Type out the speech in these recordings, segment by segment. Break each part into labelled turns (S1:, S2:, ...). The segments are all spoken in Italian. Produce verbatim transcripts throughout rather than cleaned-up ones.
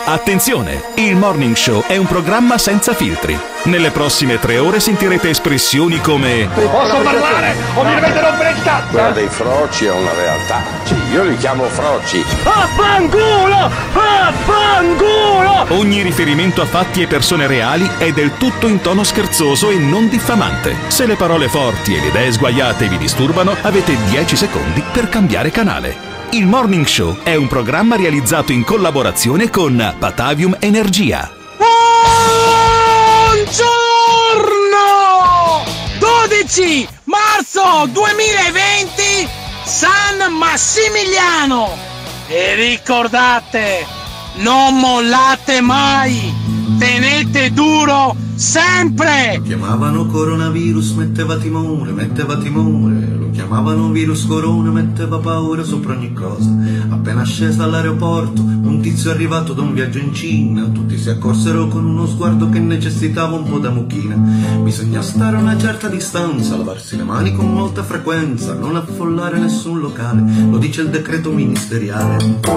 S1: Attenzione! Il Morning Show è un programma senza filtri. Nelle prossime tre ore sentirete espressioni come
S2: posso parlare o mi dovete rompere il cazzo?
S3: Quella dei froci è una realtà. Sì, io li chiamo froci.
S2: Affanculo! Affanculo!
S1: Ogni riferimento a fatti e persone reali è del tutto in tono scherzoso e non diffamante. Se le parole forti e le idee sguaiate vi disturbano, avete dieci secondi per cambiare canale. Il Morning Show è un programma realizzato in collaborazione con Batavium Energia.
S4: Buongiorno! dodici marzo duemilaventi, San Massimiliano! E ricordate, non mollate mai! Tenete duro sempre!
S5: Lo chiamavano coronavirus, metteva timore, metteva timore. Lo chiamavano virus corona, metteva paura sopra ogni cosa. Appena scesa all'aeroporto, un tizio è arrivato da un viaggio in Cina. Tutti si accorsero con uno sguardo che necessitava un po' da mucchina. Bisogna stare a una certa distanza, lavarsi le mani con molta frequenza, non affollare nessun locale, lo dice il decreto ministeriale.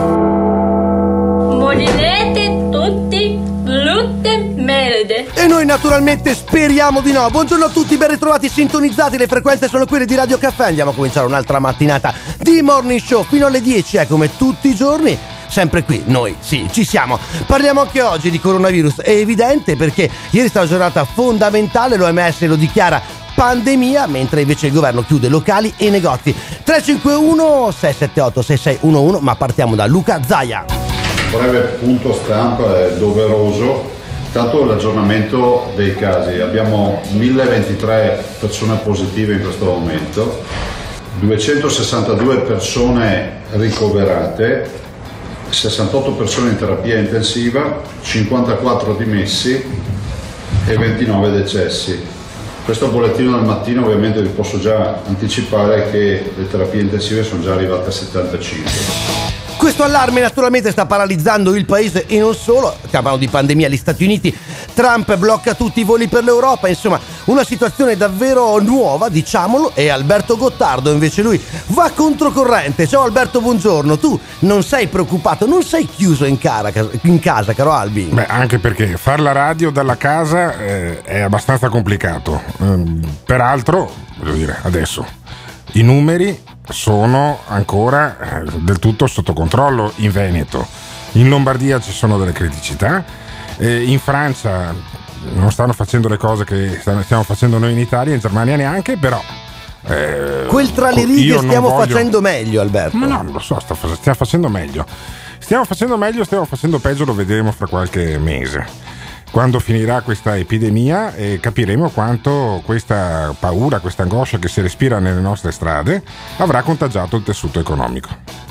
S6: Morirete tutti brutte merde.
S7: E noi naturalmente speriamo di no. Buongiorno a tutti, ben ritrovati, sintonizzati. Le frequenze sono quelle di Radio Caffè. Andiamo a cominciare un'altra mattinata di Morning Show fino alle dieci, eh, come tutti i giorni. Sempre qui, noi sì, ci siamo. Parliamo anche oggi di coronavirus. È evidente perché ieri è stata una giornata fondamentale. L'O M S lo dichiara pandemia, mentre invece il governo chiude locali e negozi. tre cinque uno sei sette otto sei sei uno uno. Ma partiamo da Luca Zaia.
S8: Breve punto stampa è doveroso. Tanto l'aggiornamento dei casi: abbiamo mille ventitré persone positive in questo momento, duecentosessantadue persone ricoverate, sessantotto persone in terapia intensiva, cinquantaquattro dimessi e ventinove decessi. Questo bollettino del mattino, ovviamente vi posso già anticipare che le terapie intensive sono già arrivate a settantacinque.
S7: Questo allarme naturalmente sta paralizzando il paese e non solo. Parlano di pandemia agli Stati Uniti, Trump blocca tutti i voli per l'Europa, insomma una situazione davvero nuova, diciamolo. E Alberto Gottardo invece lui va controcorrente. Ciao Alberto, buongiorno. Tu non sei preoccupato, non sei chiuso in, cara, in casa, caro Albi?
S9: Beh, anche perché far la radio dalla casa eh, è abbastanza complicato. Ehm, peraltro, voglio dire, adesso i numeri sono ancora eh, del tutto sotto controllo in Veneto. In Lombardia ci sono delle criticità, eh, in Francia non stanno facendo le cose che stiamo facendo noi in Italia, in Germania neanche, però eh,
S7: quel tra le righe stiamo
S9: voglio...
S7: facendo meglio, Alberto.
S9: Ma no, non lo so, stiamo facendo meglio stiamo facendo meglio stiamo facendo peggio, lo vedremo fra qualche mese, quando finirà questa epidemia, e capiremo quanto questa paura, questa angoscia che si respira nelle nostre strade avrà contagiato il tessuto economico.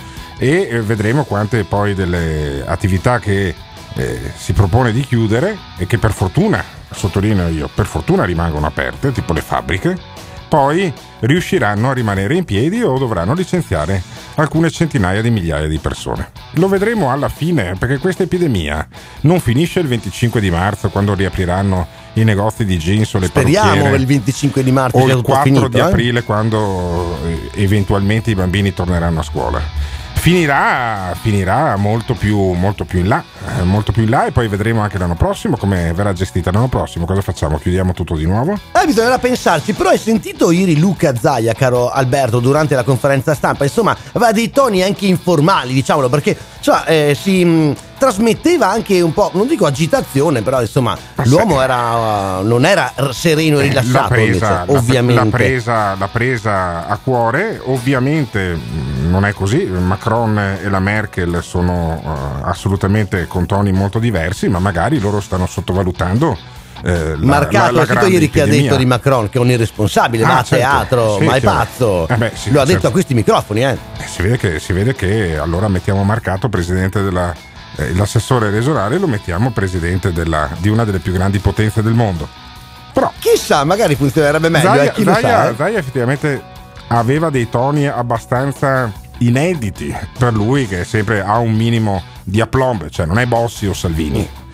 S9: E vedremo quante poi delle attività che eh, si propone di chiudere e che per fortuna, sottolineo io, per fortuna rimangono aperte, tipo le fabbriche, poi riusciranno a rimanere in piedi o dovranno licenziare alcune centinaia di migliaia di persone. Lo vedremo alla fine, perché questa epidemia non finisce il venticinque di marzo, quando riapriranno i negozi di jeans o le
S7: Speriamo
S9: parrucchiere,
S7: il venticinque di marzo
S9: o il quattro
S7: finito,
S9: di
S7: eh?
S9: aprile, quando eventualmente i bambini torneranno a scuola. Finirà, finirà molto più, molto più in là, eh, molto più in là, e poi vedremo anche l'anno prossimo come verrà gestita l'anno prossimo. Cosa facciamo? Chiudiamo tutto di nuovo?
S7: Eh, bisognerà pensarci. Però hai sentito ieri Luca Zaia, caro Alberto, durante la conferenza stampa? Insomma, aveva dei toni anche informali, diciamolo, perché cioè, eh, si mh, trasmetteva anche un po', non dico agitazione, però insomma
S9: Ma
S7: l'uomo
S9: se...
S7: era uh, non era sereno e rilassato,
S9: l'ha presa,
S7: invece, ovviamente.
S9: L'ha presa, l'ha presa a cuore, ovviamente non è così. Macron e la Merkel sono uh, assolutamente con toni molto diversi, ma magari loro stanno sottovalutando eh, la,
S7: Marcato,
S9: la, la
S7: ho sentito ieri che ha detto di Macron che è un irresponsabile,
S9: ah,
S7: va a
S9: certo,
S7: teatro,
S9: sì,
S7: ma è
S9: certo.
S7: pazzo.
S9: Eh beh, sì,
S7: lo ha
S9: certo.
S7: detto a questi microfoni, eh.
S9: Eh, si vede che, si vede che allora mettiamo Marcato presidente della eh, l'assessore regionale, lo mettiamo presidente della, di una delle più grandi potenze del mondo. Però
S7: chissà, magari funzionerebbe meglio.
S9: Zaia,
S7: eh, chi lo
S9: Zaia,
S7: sa, eh.
S9: Zaia effettivamente aveva dei toni abbastanza inediti per lui, che sempre ha un minimo di aplomb, cioè non è Bossi o Salvini.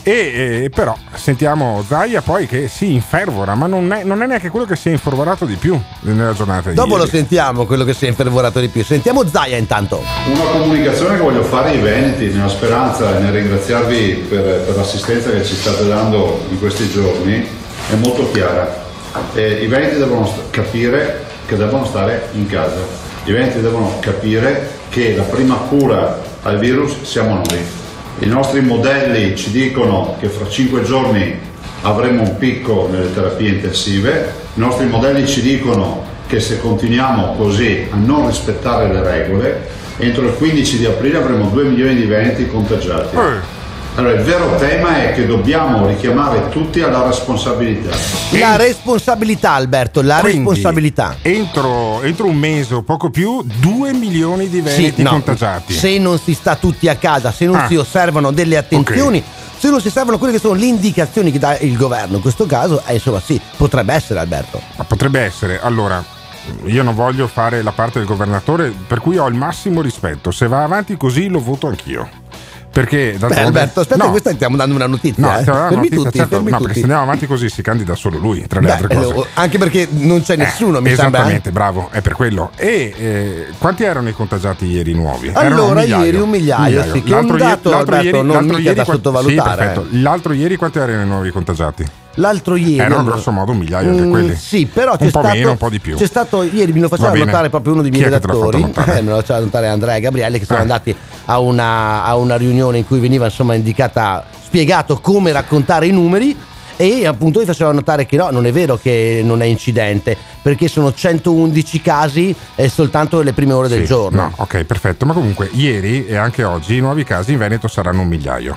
S9: E eh, però sentiamo Zaia poi che si infervora, ma non è, non è neanche quello che si è infervorato di più nella giornata di
S7: Dopo
S9: ieri.
S7: lo sentiamo quello che si è infervorato di più. Sentiamo Zaia intanto.
S8: Una comunicazione che voglio fare ai veneti, nella speranza e nel ringraziarvi per, per l'assistenza che ci state dando in questi giorni, è molto chiara. Eh, I veneti devono st- capire che devono stare in casa. I veneti devono capire che la prima cura al virus siamo noi. I nostri modelli ci dicono che fra cinque giorni avremo un picco nelle terapie intensive, i nostri modelli ci dicono che se continuiamo così a non rispettare le regole, entro il quindici di aprile avremo due milioni di veneti contagiati. Allora il vero tema è che dobbiamo richiamare tutti alla responsabilità.
S7: La responsabilità, Alberto, la
S9: Quindi,
S7: responsabilità.
S9: Entro, entro un mese o poco più, due milioni di veneti
S7: Sì, no,
S9: contagiati.
S7: Se non si sta tutti a casa, se non
S9: Ah.
S7: si osservano delle attenzioni,
S9: Ok.
S7: se non si osservano quelle che sono le indicazioni che dà il governo, in questo caso, eh, insomma sì, potrebbe essere, Alberto.
S9: Ma potrebbe essere. Allora, io non voglio fare la parte del governatore, per cui ho il massimo rispetto. Se va avanti così lo voto anch'io. Perché
S7: Beh, Alberto, aspetta,
S9: no,
S7: questa stiamo dando una notizia.
S9: no,
S7: eh.
S9: stiamo dando
S7: Fermi
S9: notizia,
S7: tutti,
S9: certo,
S7: fermi
S9: no,
S7: tutti.
S9: perché se andiamo avanti così si candida solo lui, tra le
S7: Beh,
S9: altre cose.
S7: eh, anche perché non c'è nessuno,
S9: Eh,
S7: mi sembra.
S9: esattamente, bravo, è per quello. E eh, erano erano i contagiati ieri nuovi? Erano
S7: Allora,
S9: un migliaio.
S7: ieri un migliaio, sì, che è un
S9: L'altro
S7: dato,
S9: ieri- l'altro
S7: Alberto,
S9: ieri-
S7: non
S9: l'altro
S7: mica
S9: ieri
S7: da
S9: qua-
S7: sottovalutare,
S9: Sì, perfetto. L'altro ieri quanti erano i nuovi contagiati?
S7: L'altro ieri
S9: Erano grosso modo un migliaio anche
S7: Mm,
S9: quelli.
S7: sì, però c'è
S9: un po'
S7: stato,
S9: meno, un po' di più.
S7: C'è stato ieri, me lo faceva
S9: Va bene.
S7: notare proprio uno dei
S9: Chi
S7: miei
S9: è che te l'ha fatto
S7: redattori,
S9: notare?
S7: eh, me lo faceva notare Andrea e Gabriele, che sono
S9: Eh.
S7: andati a una, a una riunione in cui veniva insomma indicata, spiegato come raccontare i numeri. E appunto vi faceva notare che no, non è vero che non è incidente, perché sono centoundici casi e soltanto nelle prime ore del
S9: Sì,
S7: giorno.
S9: No, ok, perfetto. Ma comunque ieri e anche oggi i nuovi casi in Veneto saranno un migliaio.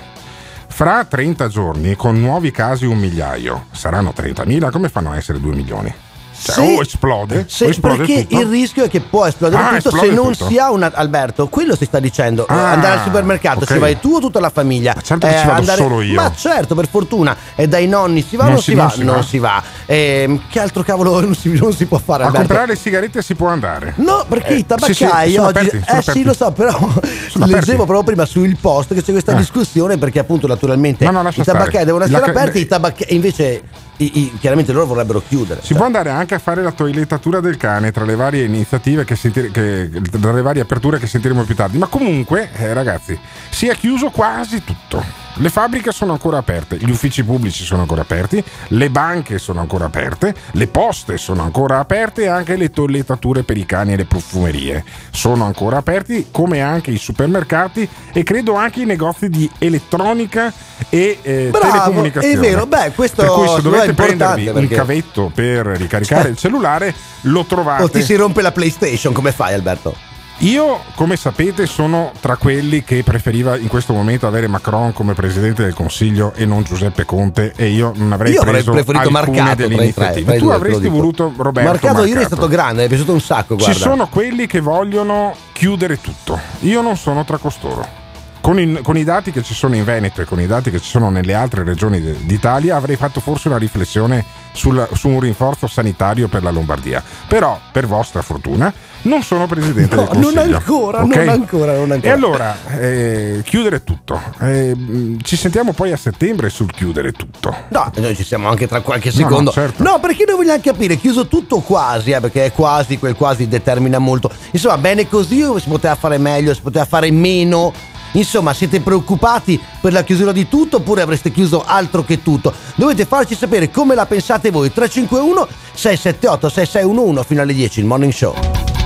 S9: Fra trenta giorni, con nuovi casi un migliaio, saranno trentamila, come fanno a essere due milioni? Cioè,
S7: Sì.
S9: o esplode,
S7: Sì,
S9: o esplode
S7: perché
S9: tutto.
S7: il rischio è che può esplodere
S9: Ah,
S7: tutto
S9: esplode
S7: se non
S9: tutto.
S7: si ha una. Alberto, quello si sta dicendo.
S9: Ah,
S7: andare al supermercato,
S9: ok.
S7: se vai tu o tutta la famiglia?
S9: Ma certo che ci vado solo io.
S7: Ma certo, per fortuna. E dai nonni si va o
S9: Non
S7: non
S9: si-
S7: si va?
S9: non si
S7: Non
S9: va.
S7: si va. Ehm, che altro cavolo non si, non si può fare,
S9: A
S7: Alberto?
S9: comprare le sigarette si può andare.
S7: No, perché
S9: Eh,
S7: i tabaccai
S9: sì, sì, sono
S7: oggi.
S9: aperti, sono
S7: eh sì,
S9: aperti.
S7: lo so, però
S9: Sono
S7: leggevo
S9: aperti.
S7: proprio prima sul post che c'è questa
S9: Eh.
S7: discussione perché appunto naturalmente
S9: No, no, lascia
S7: i tabaccai
S9: stare.
S7: devono essere
S9: La-
S7: aperti, i tabaccai invece i- i- chiaramente loro vorrebbero chiudere.
S9: Si può andare anche a fare la toilettatura del cane tra le varie iniziative che, sentire, che tra le varie aperture che sentiremo più tardi. Ma comunque, eh, ragazzi, si è chiuso quasi tutto. Le fabbriche sono ancora aperte, gli uffici pubblici sono ancora aperti, le banche sono ancora aperte, le poste sono ancora aperte e anche le toilettature per i cani e le profumerie sono ancora aperti, come anche i supermercati e credo anche i negozi di elettronica e eh,
S7: Bravo,
S9: telecomunicazione.
S7: è vero, beh, questo
S9: per cui se
S7: secondo me
S9: dovete
S7: è importante
S9: prendervi un
S7: perché-
S9: cavetto per ricaricare
S7: Cioè-
S9: il cellulare lo trovate.
S7: O ti si rompe la PlayStation, come fai, Alberto?
S9: Io, come sapete, sono tra quelli che preferiva in questo momento avere Macron come presidente del Consiglio e non Giuseppe Conte, e io non avrei
S7: Io avrei
S9: preso
S7: preferito
S9: alcune
S7: Marcato
S9: delle
S7: tra i tre, tra
S9: iniziative.
S7: i
S9: Tu
S7: due, te lo
S9: avresti
S7: dico.
S9: voluto Roberto
S7: Marcato,
S9: Marcato.
S7: ieri è stato grande, mi è piaciuto un sacco, guarda.
S9: Ci sono quelli che vogliono chiudere tutto. Io non sono tra costoro. Con, il- con i dati che ci sono in Veneto e con i dati che ci sono nelle altre regioni de- d'Italia avrei fatto forse una riflessione sul- su un rinforzo sanitario per la Lombardia. Però, per vostra fortuna, non sono presidente
S7: No,
S9: del Consiglio.
S7: non ancora,
S9: ok?
S7: non ancora, non ancora.
S9: E allora, eh, chiudere tutto. Eh, mh, ci sentiamo poi a settembre sul chiudere tutto.
S7: No, noi ci siamo anche tra qualche
S9: No,
S7: secondo.
S9: no, certo.
S7: No, perché noi vogliamo capire, chiuso tutto quasi, eh, perché è quasi, quel quasi determina molto. Insomma, bene così o si poteva fare meglio, si poteva fare meno? Insomma, siete preoccupati per la chiusura di tutto oppure avreste chiuso altro che tutto? Dovete farci sapere come la pensate voi. tre cinque uno sei sette otto sei sei uno uno fino alle dieci, il Morning Show.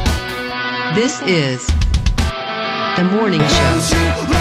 S10: This is the morning show.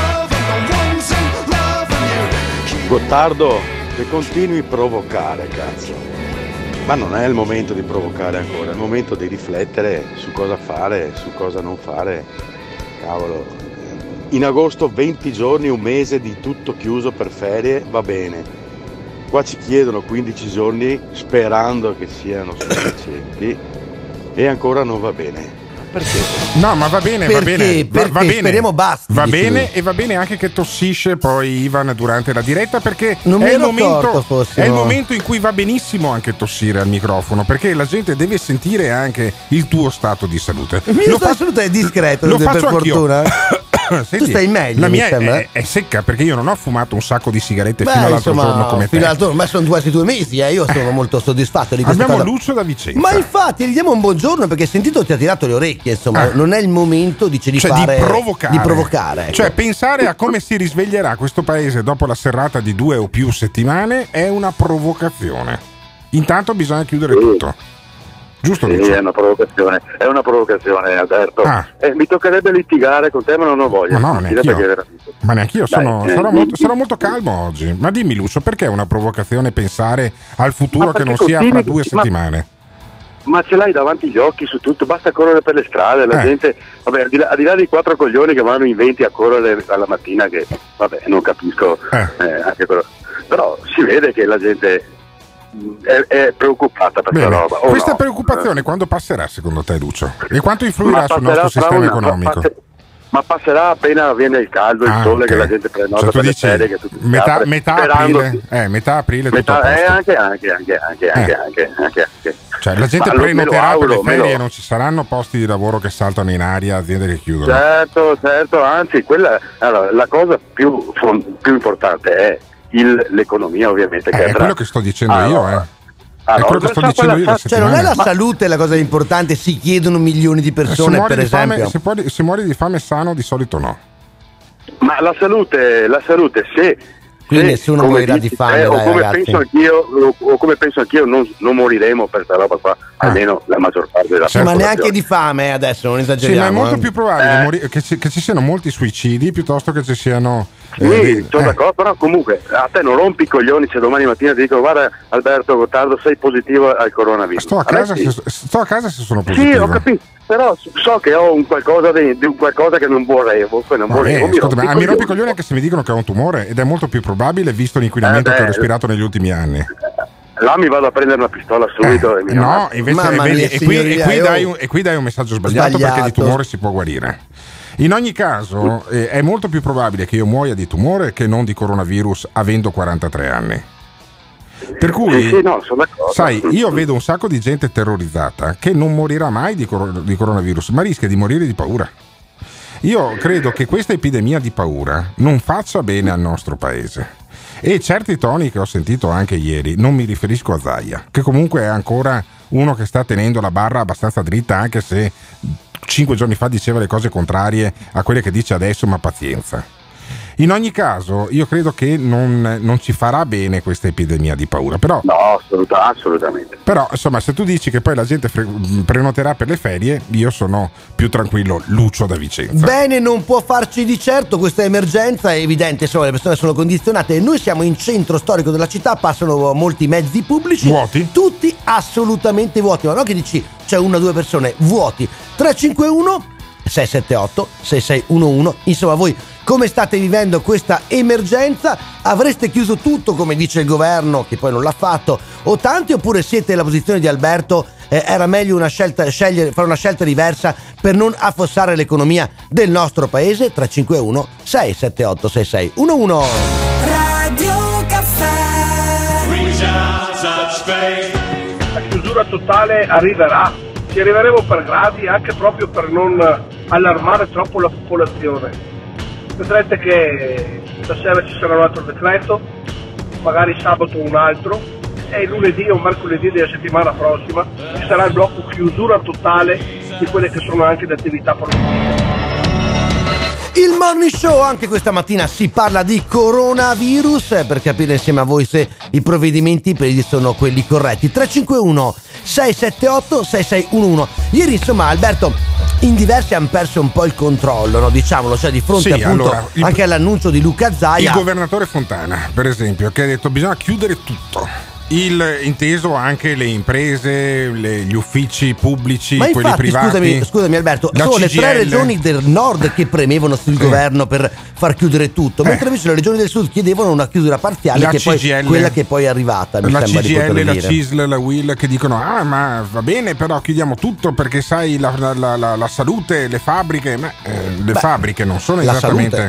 S11: Gottardo, che continui a provocare, cazzo. Ma non è il momento di provocare ancora, è il momento di riflettere su cosa fare, su cosa non fare. Cavolo, in agosto venti giorni, un mese di tutto chiuso per ferie, va bene. Qua ci chiedono quindici giorni sperando che siano sufficienti e ancora non va bene. Perché?
S9: No, ma va bene, va
S7: Perché?
S9: bene. Va, va
S7: Perché?
S9: bene.
S7: Speriamo basti,
S9: Va
S7: dici
S9: bene
S7: lui.
S9: e va bene anche che tossisce poi Ivan durante la diretta perché
S7: Non mi
S9: è il,
S7: ero
S9: momento,
S7: accorto fossimo-
S9: è il momento in cui va benissimo anche tossire al microfono perché la gente deve sentire anche il tuo stato di salute.
S7: Il mio
S9: Lo
S7: stato di
S9: fa-
S7: salute è discreto,
S9: lo
S7: per
S9: faccio anch'io.
S7: fortuna.
S9: Senti,
S7: tu stai meglio,
S9: la mia
S7: mi sembra.
S9: È, è secca perché io non ho fumato un sacco di sigarette
S7: Beh,
S9: fino all'altro
S7: insomma,
S9: giorno come
S7: fino
S9: te.
S7: all'altro, ma sono quasi due mesi, eh. Io sono molto soddisfatto di questa
S9: Abbiamo
S7: cosa.
S9: Lucio da Vicenza.
S7: Ma infatti gli diamo un buongiorno perché sentito ti ha tirato le orecchie, insomma,
S9: Ah.
S7: non è il momento dice, di
S9: Cioè
S7: fare
S9: di provocare,
S7: di provocare, ecco.
S9: Cioè pensare a come si risveglierà questo paese dopo la serrata di due o più settimane è una provocazione. Intanto bisogna chiudere
S11: Sì.
S9: tutto. Giusto,
S11: Sì,
S9: Lucio?
S11: è una provocazione, è una provocazione, Alberto.
S9: Ah.
S11: Eh, mi toccherebbe litigare con te, ma non ho voglia.
S9: Ma no, neanche
S11: Perché
S9: io.
S11: veramente-
S9: Ma neanche io sono,
S11: Dai,
S9: sarò,
S11: eh,
S9: molto,
S11: eh,
S9: sarò molto calmo oggi. Ma dimmi, Lucio, perché è una provocazione pensare al futuro
S11: Ma
S9: che non
S11: perché
S9: sia fra
S11: continui-
S9: due
S11: ma-
S9: settimane?
S11: Ma ce l'hai davanti agli occhi su tutto, basta correre per le strade, la
S9: Eh.
S11: gente, vabbè, al di, là, al di là dei quattro coglioni che vanno in venti a correre alla mattina, che vabbè, non capisco
S9: Eh.
S11: eh, anche quello. Però si vede che la gente mh, è, è preoccupata per questa
S9: Bene.
S11: roba. o
S9: Questa
S11: no?
S9: preoccupazione quando passerà secondo te, Lucio? E quanto
S11: Ma
S9: influirà sul
S11: passerà
S9: nostro
S11: fra
S9: sistema
S11: una-
S9: economico?
S11: passe- Ma passerà appena viene il caldo, il
S9: Ah,
S11: sole,
S9: ok.
S11: che la gente prenota
S9: Cioè, tu
S11: per le
S9: dici
S11: ferie, che tutti si
S9: metà,
S11: apre,
S9: metà
S11: sperando-
S9: aprile, eh, metà aprile tutto
S11: Metà,
S9: a
S11: eh,
S9: posto.
S11: anche, anche, anche, anche, anche,
S9: Eh.
S11: anche, anche, anche.
S9: Cioè la gente
S11: Ma lo- me lo
S9: prenoterà
S11: auguro,
S9: per le
S11: me
S9: ferie
S11: lo-
S9: e non ci saranno posti di lavoro che saltano in aria, aziende che chiudono.
S11: Certo, certo, anzi, quella, allora, la cosa più, fon- più importante è il- l'economia, ovviamente. Che
S9: Eh, è
S11: andrà.
S9: quello che sto dicendo
S11: Ah,
S9: io,
S11: no.
S9: eh.
S11: Ah,
S9: È
S11: no,
S9: quello che
S11: non
S9: sto
S11: so
S9: dicendo
S11: quella
S9: io da
S11: fa-
S7: Cioè non è la
S9: settimane.
S7: salute la cosa importante, si chiedono milioni di
S9: Se
S7: persone
S9: muori
S7: per
S9: di fame-
S7: esempio.
S9: se muori- se muori di fame sano di solito no.
S11: Ma la salute, la salute, se.
S7: Qui
S11: se,
S7: nessuno
S11: come
S7: morirà
S11: dici
S7: di fame,
S11: te, o
S7: dai,
S11: come
S7: ragazzi.
S11: penso anch'io, o, o come penso anch'io, non, non moriremo per questa roba qua, almeno la maggior parte della
S7: Sì, ma
S11: popolazione.
S7: neanche di fame eh, adesso, non
S9: Sì,
S7: esageriamo.
S9: ma è molto
S7: eh.
S9: più probabile
S11: Eh.
S9: mori- che, ci, che ci siano molti suicidi piuttosto che ci siano.
S11: Sì,
S9: eh, dei-
S11: sono
S9: eh.
S11: d'accordo, però comunque a te non rompi i coglioni se domani mattina ti dico guarda Alberto Gottardo sei positivo al coronavirus.
S9: Sto a,
S11: me
S9: casa
S11: sì.
S9: se, sto a casa se sono
S11: Sì,
S9: positivo.
S11: ho capito, però so che ho un qualcosa di, di un qualcosa che non volevo, poi non
S9: Va
S11: volevo.
S9: bene,
S11: mi
S9: ascolta,
S11: rompi
S9: ma
S11: i
S9: mi rompi i
S11: coglioni.
S9: coglioni anche se mi dicono che ho un tumore ed è molto più probabile visto l'inquinamento
S11: Eh,
S9: che ho
S11: beh.
S9: respirato negli ultimi anni.
S11: Là mi vado a prendere una pistola subito e mi
S9: Eh, no,
S11: ammazzo.
S9: invece
S7: Mamma
S9: vedi,
S7: mia,
S9: e, qui, e,
S7: signoria,
S9: qui
S7: io-
S9: dai un, e qui dai un messaggio sbagliato,
S7: Sbagliato.
S9: perché di tumore si può guarire. In ogni caso eh, è molto più probabile che io muoia di tumore che non di coronavirus avendo quarantatré anni. Per cui,
S11: Sì, sì, no, sono d'accordo.
S9: sai, io vedo un sacco di gente terrorizzata che non morirà mai di, cor- di coronavirus, ma rischia di morire di paura. Io credo che questa epidemia di paura non faccia bene al nostro paese. E certi toni che ho sentito anche ieri, non mi riferisco a Zaia, che comunque è ancora uno che sta tenendo la barra abbastanza dritta, anche se cinque giorni fa diceva le cose contrarie a quelle che dice adesso, ma pazienza. In ogni caso, io credo che non, non ci farà bene questa epidemia di paura, però,
S11: No, assoluta- assolutamente.
S9: però insomma, se tu dici che poi la gente fre- prenoterà per le ferie, io sono più tranquillo. Lucio da Vicenza.
S7: Bene, non può farci di certo questa emergenza, è evidente, insomma, le persone sono condizionate e noi siamo in centro storico della città, passano molti mezzi pubblici,
S9: Vuoti?
S7: tutti assolutamente vuoti, ma non che dici c'è una o due persone, vuoti. tre cinque uno sei sette otto sei sei uno uno, insomma voi come state vivendo questa emergenza? Avreste chiuso tutto come dice il governo, che poi non l'ha fatto, o tanti, oppure siete nella posizione di Alberto? Eh, era meglio una scelta, scegliere, fare una scelta diversa per non affossare l'economia del nostro paese? tre cinque uno sei sette otto sei sei uno uno.
S12: Radio Caffè.
S2: La chiusura totale arriverà, ci arriveremo per gradi anche proprio per non allarmare troppo la popolazione. Vedrete che stasera ci sarà un altro decreto, magari sabato un altro, e lunedì o mercoledì della settimana prossima ci sarà il blocco chiusura totale di quelle che sono anche le attività produttive.
S7: Il Morning Show, anche questa mattina si parla di coronavirus, eh, per capire insieme a voi se i provvedimenti presi sono quelli corretti. tre cinque uno sei sette otto sei sei uno uno. Ieri insomma Alberto, in diversi hanno perso un po' il controllo, no? Diciamolo, cioè di fronte
S9: Sì,
S7: appunto
S9: allora, il-
S7: anche all'annuncio di Luca Zaia.
S9: Il governatore Fontana, per esempio, che ha detto bisogna chiudere tutto. Il inteso anche le imprese, le- gli uffici pubblici,
S7: Ma
S9: quelli
S7: infatti,
S9: privati.
S7: scusami, scusami Alberto,
S9: la
S7: sono le
S9: C G I L.
S7: tre regioni del nord che premevano sul
S9: Sì.
S7: governo per far chiudere tutto,
S9: Eh.
S7: mentre invece le regioni del sud chiedevano una chiusura parziale,
S9: La
S7: che poi
S9: C G I L.
S7: quella che poi è arrivata, mi
S9: La
S7: sembra
S9: C
S7: di
S9: G I
S7: poter
S9: L, la
S7: dire.
S9: C I S L, la U I L che dicono ah ma va bene però chiudiamo tutto perché sai la, la- la- la- la salute, le fabbriche, ma eh, le
S7: Beh,
S9: fabbriche non sono
S7: la
S9: esattamente...
S7: salute.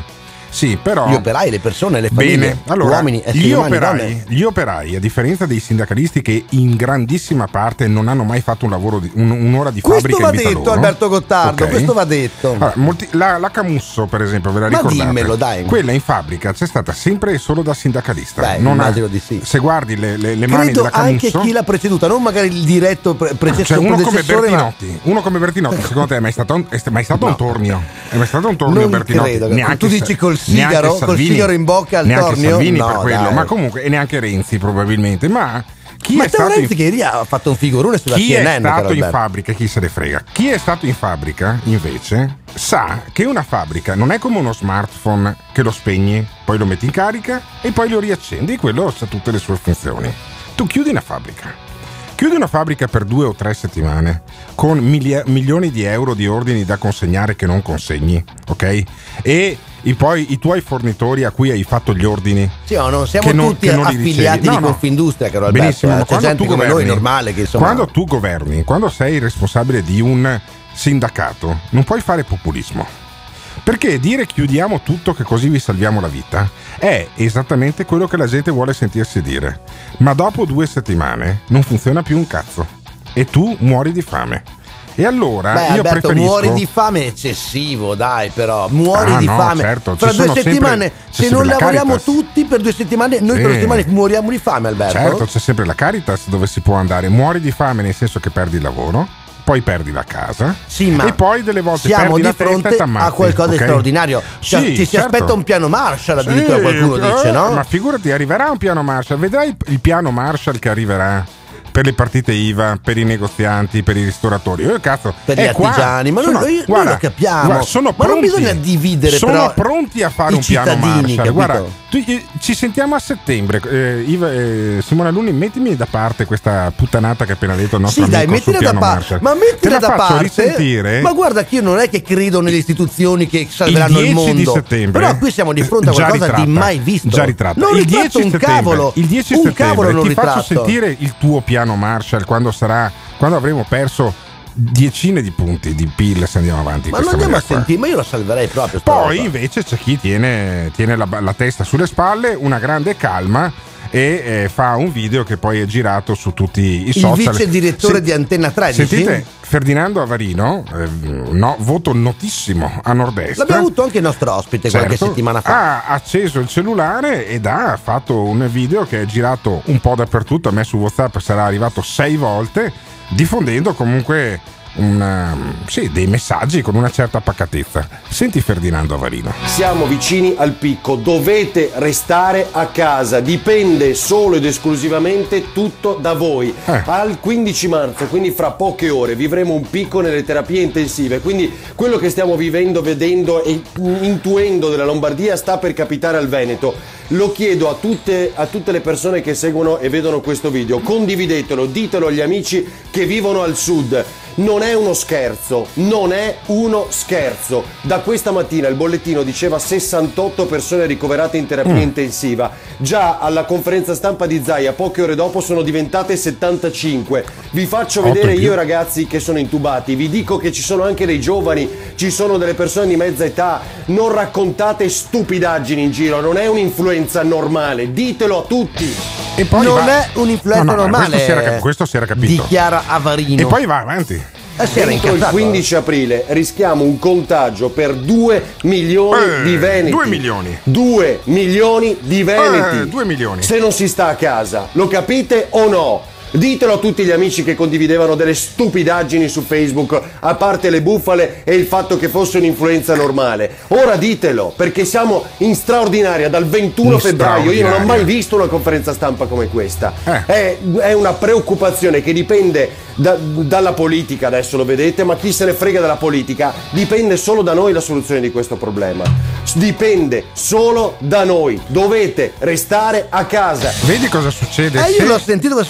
S9: Sì, però
S7: gli operai, le persone, le famiglie,
S9: bene, allora,
S7: uomini, esseri
S9: gli
S7: umani,
S9: operai,
S7: donne.
S9: gli operai, a differenza dei sindacalisti che in grandissima parte non hanno mai fatto un lavoro di, un, un'ora di
S7: Questo
S9: fabbrica
S7: va
S9: in vita
S7: detto,
S9: loro.
S7: Alberto Gottardo,
S9: Ok?
S7: questo va detto.
S9: Allora, molti, la, la Camusso, per esempio, ve la
S7: Ma
S9: ricordate?
S7: dimmelo, dai.
S9: Quella in fabbrica c'è stata sempre e solo da sindacalista.
S7: Beh,
S9: non
S7: immagino
S9: ha,
S7: di sì.
S9: Se guardi le, le, le mani
S7: Credo
S9: della Camusso,
S7: anche chi l'ha preceduta, non magari il diretto pre- precesso,
S9: cioè uno come
S7: predecessore, ma
S9: Bertinotti, uno come Bertinotti, secondo te è mai stato un, è mai stato un tornio? È mai stato un tornio
S7: Non
S9: Bertinotti?
S7: credo.
S9: Neanche
S7: Tu dici col
S9: Sa- neanche
S7: sigaro, col
S9: Salvini,
S7: sigaro in bocca al
S9: neanche
S7: tornio?
S9: Salvini
S7: No,
S9: per quello,
S7: dai.
S9: ma comunque e neanche Renzi probabilmente, ma chi
S7: Ma
S9: è
S7: Teo
S9: stato
S7: Renzi
S9: in...
S7: che ieri ha fatto un figurone sulla
S9: Chi
S7: C N N,
S9: è
S7: caro
S9: stato in
S7: Alberto.
S9: fabbrica, chi se ne frega. Chi è stato in fabbrica, invece, sa che una fabbrica non è come uno smartphone che lo spegni, poi lo metti in carica e poi lo riaccendi, quello sa tutte le sue funzioni. Tu chiudi una fabbrica. Chiudi una fabbrica per due o tre settimane con milia- milioni di euro di ordini da consegnare che non consegni, ok? E i, poi i tuoi fornitori a cui hai fatto gli ordini.
S7: Sì, ma non siamo
S9: che non-
S7: tutti
S9: che non li
S7: affiliati
S9: ricevi. No,
S7: di
S9: no.
S7: Confindustria, caro Alberto.
S9: Benissimo,
S7: eh.
S9: ma
S7: C'è
S9: quando
S7: gente
S9: tu
S7: come
S9: governi,
S7: noi normale che insomma.
S9: quando tu governi, quando sei responsabile di un sindacato, non puoi fare populismo. Perché dire chiudiamo tutto che così vi salviamo la vita è esattamente quello che la gente vuole sentirsi dire. Ma dopo due settimane non funziona più un cazzo e tu muori di fame. E allora
S7: Beh,
S9: io
S7: Alberto,
S9: preferisco...
S7: muori di fame è eccessivo, dai, però. Muori
S9: Ah,
S7: di
S9: no,
S7: fame.
S9: certo,
S7: Fra
S9: ci
S7: due
S9: sono sempre-
S7: settimane,
S9: c'è
S7: se
S9: sempre
S7: non
S9: la
S7: lavoriamo
S9: Caritas.
S7: tutti per due settimane, noi per due
S9: Sì.
S7: settimane moriamo di fame, Alberto.
S9: Certo, c'è sempre la Caritas dove si può andare. Muori di fame nel senso che perdi il lavoro, poi perdi la casa
S7: Sì, ma
S9: e poi delle volte
S7: siamo
S9: perdi
S7: di
S9: la testa
S7: fronte
S9: e t'ammazzi,
S7: a qualcosa di
S9: ok?
S7: straordinario. Cioè,
S9: Sì,
S7: ci si
S9: certo.
S7: aspetta un piano Marshall, addirittura
S9: Sì,
S7: qualcuno
S9: eh,
S7: dice, no?
S9: Ma figurati, arriverà un piano Marshall. Vedrai il piano Marshall che arriverà per le partite I V A, per i negozianti, per i ristoratori. Eh, cazzo,
S7: Per gli
S9: è qua.
S7: artigiani, ma noi-
S9: Sono-
S7: noi- noi
S9: guarda,
S7: lo capiamo.
S9: guarda, sono
S7: Ma non
S9: pronti,
S7: bisogna dividere,
S9: sono
S7: però,
S9: pronti a fare
S7: i
S9: un piano
S7: cittadini,
S9: Marshall.
S7: capito?
S9: Guarda, tu- eh, ci sentiamo a settembre. Eh, Iva- eh, Simona Luni, mettimi da parte questa puttanata che ha appena detto il nostro
S7: Sì, dai,
S9: amico sul
S7: mettila da
S9: piano
S7: parte.
S9: Marshall.
S7: Ma
S9: Te
S7: mettila
S9: la
S7: da
S9: faccio
S7: parte.
S9: risentire.
S7: Ma guarda che io non è che credo nelle istituzioni che salveranno il,
S9: il dieci
S7: mondo.
S9: di settembre,
S7: Però qui siamo di fronte a
S9: già
S7: qualcosa
S9: ritratta,
S7: di mai visto.
S9: Già ritratta.
S7: Non
S9: il
S7: ritratto
S9: dieci
S7: un
S9: settembre,
S7: cavolo.
S9: il dieci
S7: un
S9: settembre
S7: cavolo non
S9: ti
S7: ritratto.
S9: faccio sentire il tuo piano Marshall quando sarà, quando avremo perso decine di punti di P I L se andiamo avanti in
S7: Ma non
S9: questa
S7: andiamo a
S9: maniera qua.
S7: sentire, ma io la salverei proprio. sta
S9: Poi
S7: roba.
S9: invece c'è chi tiene, tiene la, la testa sulle spalle, una grande calma e eh, fa un video che poi è girato su tutti i
S7: Il
S9: social.
S7: vice direttore
S9: Se-
S7: di Antenna tredici.
S9: Sentite, Ferdinando Avarino, eh, no, voto notissimo a nord-est.
S7: L'abbiamo avuto anche il nostro ospite qualche
S9: Certo,
S7: settimana fa.
S9: ha acceso il cellulare ed ha fatto un video che è girato un po' dappertutto. A me su WhatsApp sarà arrivato sei volte, diffondendo comunque una, sì, dei messaggi con una certa pacatezza. Senti Ferdinando Avarino.
S13: Siamo vicini al picco, dovete restare a casa, dipende solo ed esclusivamente tutto da voi.
S9: Eh.
S13: Al quindici marzo, quindi fra poche ore, vivremo un picco nelle terapie intensive, quindi quello che stiamo vivendo, vedendo e intuendo della Lombardia sta per capitare al Veneto. Lo chiedo a tutte, a tutte le persone che seguono e vedono questo video, condividetelo, ditelo agli amici che vivono al sud. Non è uno scherzo, non è uno scherzo. Da questa mattina il bollettino diceva sessantotto persone ricoverate in terapia
S9: Mm.
S13: intensiva. Già alla conferenza stampa di Zaia, poche ore dopo, sono diventate settantacinque. Vi faccio
S9: Otto
S13: vedere
S9: in più.
S13: io i ragazzi che sono intubati. Vi dico che ci sono anche dei giovani, ci sono delle persone di mezza età. Non raccontate stupidaggini in giro, non è un'influenza normale. Ditelo a tutti.
S9: E poi
S7: non
S9: va-
S7: è un'influenza
S9: No, no,
S7: normale.
S9: questo si era cap- questo si era capito.
S7: Dichiara Avarino.
S9: E poi va avanti.
S7: Eh, si era
S13: Entro il
S7: incazzato.
S13: quindici aprile rischiamo un contagio per due milioni
S9: Eh,
S13: di veneti.
S9: due milioni.
S13: due milioni di veneti.
S9: Eh, due milioni.
S13: Se non si sta a casa, lo capite o no? Ditelo a tutti gli amici che condividevano delle stupidaggini su Facebook, a parte le bufale e il fatto che fosse un'influenza normale. Ora ditelo, perché siamo in straordinaria dal ventuno
S9: In
S13: febbraio. Io non ho mai
S9: straordinaria.
S13: visto una conferenza stampa come questa.
S9: Eh.
S13: È, è una preoccupazione che dipende da- dalla politica, adesso lo vedete, ma chi se ne frega della politica? Dipende solo da noi la soluzione di questo problema. S- Dipende solo da noi. Dovete restare a casa.
S9: Vedi cosa succede?
S7: Eh, io
S9: se-
S7: l'ho sentito cosa è successo, perché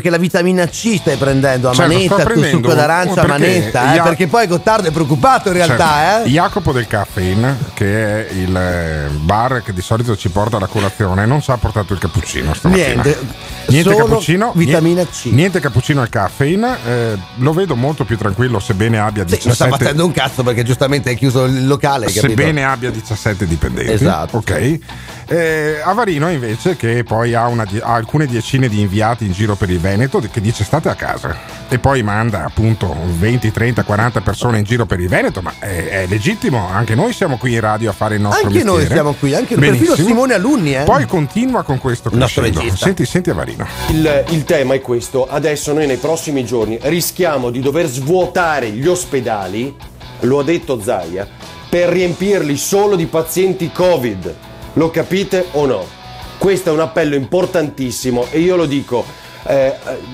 S7: perché la vitamina C stai prendendo a
S9: Certo,
S7: manetta,
S9: sto
S7: tu succo
S9: prendendo
S7: d'arancia a
S9: perché
S7: manetta, eh,
S9: Ia-
S7: perché poi Gottardo è preoccupato in realtà,
S9: Certo.
S7: eh.
S9: Jacopo del Caffeine, che è il eh, bar che di solito ci porta alla colazione, non ci ha portato il cappuccino stamattina.
S7: Niente,
S9: Niente
S7: solo
S9: cappuccino,
S7: vitamina
S9: niente,
S7: C.
S9: Niente cappuccino al caffeine, eh, lo vedo molto più tranquillo, sebbene abbia
S7: Sì, non sta
S9: diciassette
S7: facendo un cazzo perché giustamente è chiuso il locale, capito?
S9: sebbene abbia diciassette dipendenti.
S7: Esatto.
S9: Ok. Eh, Avarino invece, che poi ha, una, ha alcune decine di inviati in giro per il Veneto, che dice state a casa, e poi manda appunto venti, trenta, quaranta persone in giro per il Veneto, ma è, è legittimo, anche noi siamo qui in radio a fare il nostro
S7: Anche
S9: mestiere.
S7: noi siamo qui, anche noi,
S9: Benissimo.
S7: perfino Simone Alunni, eh.
S9: Poi continua con questo
S7: Il nostro
S9: crescendo.
S7: regista.
S9: Senti, senti Avarino.
S13: Il, il tema è questo: adesso noi nei prossimi giorni rischiamo di dover svuotare gli ospedali, lo ha detto Zaia, per riempirli solo di pazienti Covid. Lo capite o no? Questo è un appello importantissimo e io lo dico eh,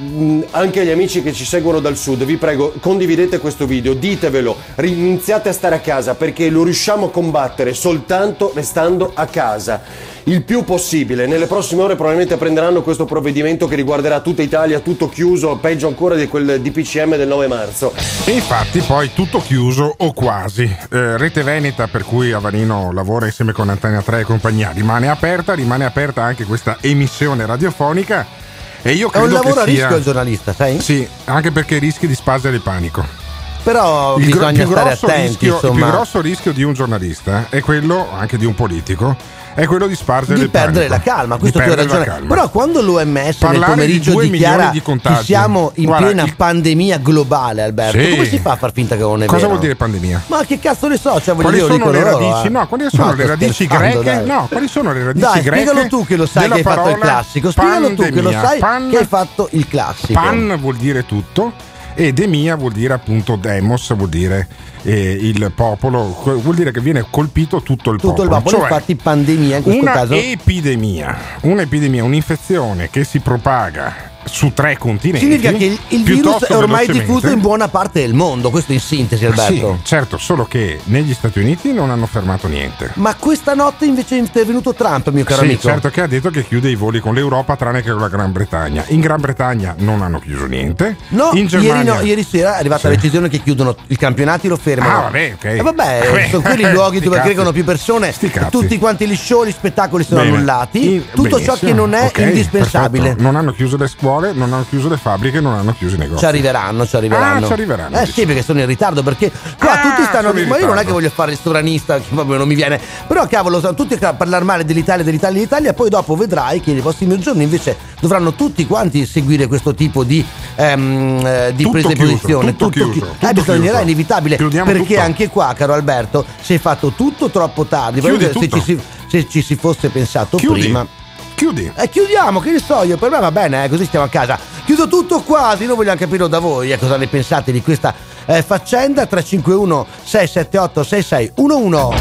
S13: anche agli amici che ci seguono dal sud. Vi prego, condividete questo video, ditevelo, iniziate a stare a casa, perché lo riusciamo a combattere soltanto restando a casa il più possibile. Nelle prossime ore probabilmente prenderanno questo provvedimento che riguarderà tutta Italia, tutto chiuso, peggio ancora di quel D P C M del nove marzo.
S9: E infatti poi tutto chiuso o quasi. Eh, Rete Veneta, per cui Avarino lavora insieme con Antena tre e compagnia, rimane aperta, rimane aperta anche questa emissione radiofonica. E io
S7: È
S9: credo
S7: un lavoro
S9: che
S7: a
S9: sia...
S7: rischio il giornalista, sai?
S9: Sì, anche perché rischi di spasare il panico.
S7: Però
S9: Il, gro-
S7: bisogna
S9: più
S7: stare
S9: grosso
S7: attenti,
S9: rischio, il più
S7: insomma,
S9: grosso rischio di un giornalista è quello, anche di un politico, è quello di sparsere
S7: di
S9: il
S7: perdere
S9: panico.
S7: la calma.
S9: Di
S7: Questo tu hai
S9: perdere la
S7: ragione.
S9: calma.
S7: Però quando l'O M S
S9: Parlare
S7: nel pomeriggio
S9: di due
S7: dichiara
S9: milioni di
S7: che
S9: contagi.
S7: siamo in
S9: Guarda,
S7: piena
S9: il-
S7: pandemia globale, Alberto,
S9: Sì.
S7: come si fa a far finta che non è
S9: Cosa
S7: vero?
S9: vuol dire pandemia?
S7: Ma che cazzo ne so, cioè, voglio
S9: Quali
S7: dire, lo
S9: sono
S7: dicono
S9: le
S7: loro,
S9: radici?
S7: eh.
S9: No, quali sono
S7: No,
S9: le
S7: sto
S9: radici
S7: scherzando,
S9: greche?
S7: dai.
S9: No, quali sono le radici
S7: Dai,
S9: greche?
S7: spiegalo tu che lo sai
S9: della
S7: che hai fatto il
S9: parola
S7: classico. Spiegalo tu che lo
S9: pandemia.
S7: sai
S9: Pan-
S7: che hai fatto il classico.
S9: Pan vuol dire tutto e demia vuol dire appunto demos, vuol dire eh, il popolo, vuol dire che viene colpito tutto il
S7: Tutto il
S9: popolo.
S7: popolo,
S9: Cioè,
S7: infatti pandemia in questo
S9: una
S7: caso.
S9: epidemia, un'epidemia, un'infezione che si propaga su tre continenti.
S7: Significa che il, il virus
S9: piuttosto
S7: è ormai
S9: velocemente.
S7: diffuso in buona parte del mondo, questo in sintesi, Alberto.
S9: Sì, certo, solo che negli Stati Uniti non hanno fermato niente.
S7: Ma questa notte invece è intervenuto Trump, mio caro
S9: Sì,
S7: amico.
S9: certo, che ha detto che chiude i voli con l'Europa tranne che con la Gran Bretagna. In Gran Bretagna non hanno chiuso niente.
S7: No,
S9: in Germania...
S7: ieri, no, ieri sera è arrivata
S9: Sì.
S7: la decisione che chiudono i campionati, lo fermano.
S9: Ah, vabbè, ok.
S7: E vabbè,
S9: Vabbè.
S7: sono quelli i luoghi
S9: Sti
S7: dove
S9: cazzi.
S7: crescono più persone.
S9: Sti cazzi.
S7: Tutti quanti gli show, gli spettacoli sono
S9: Bene.
S7: annullati.
S9: In-
S7: Tutto ciò
S9: benissimo.
S7: che non è
S9: Ok,
S7: indispensabile.
S9: perfetto. Non hanno chiuso le scuole, non hanno chiuso le fabbriche, non hanno chiuso i negozi.
S7: Ci arriveranno, ci arriveranno.
S9: Ah, ci arriveranno,
S7: Eh
S9: dici.
S7: sì, perché sono in ritardo. Perché qua
S9: Ah,
S7: tutti stanno.
S9: sono in
S7: Ma io non è
S9: ritardo.
S7: che voglio fare il sovranista, che proprio non mi viene. Però, cavolo, sono tutti a parlare male dell'Italia, dell'Italia, dell'Italia. Poi dopo vedrai che nei prossimi giorni invece dovranno tutti quanti seguire questo tipo di, ehm, eh, di
S9: Tutto
S7: presa di
S9: chiuso,
S7: posizione.
S9: tutto chiuso,
S7: chi-
S9: tutto
S7: eh, bisognerà,
S9: chiuso.
S7: è inevitabile.
S9: Chiudiamo
S7: Perché
S9: tutto.
S7: anche qua, caro Alberto, si è fatto tutto troppo tardi.
S9: Chiudi
S7: Proprio se,
S9: tutto.
S7: ci si, se ci si fosse pensato
S9: Chiudi.
S7: prima.
S9: Chiudi.
S7: E chiudiamo, che ne so io, per me va bene, eh, così stiamo a casa. Chiudo tutto quasi, noi vogliamo capire da voi eh, cosa ne pensate di questa eh, faccenda. Tre cinque uno sei sette otto sei sei uno uno.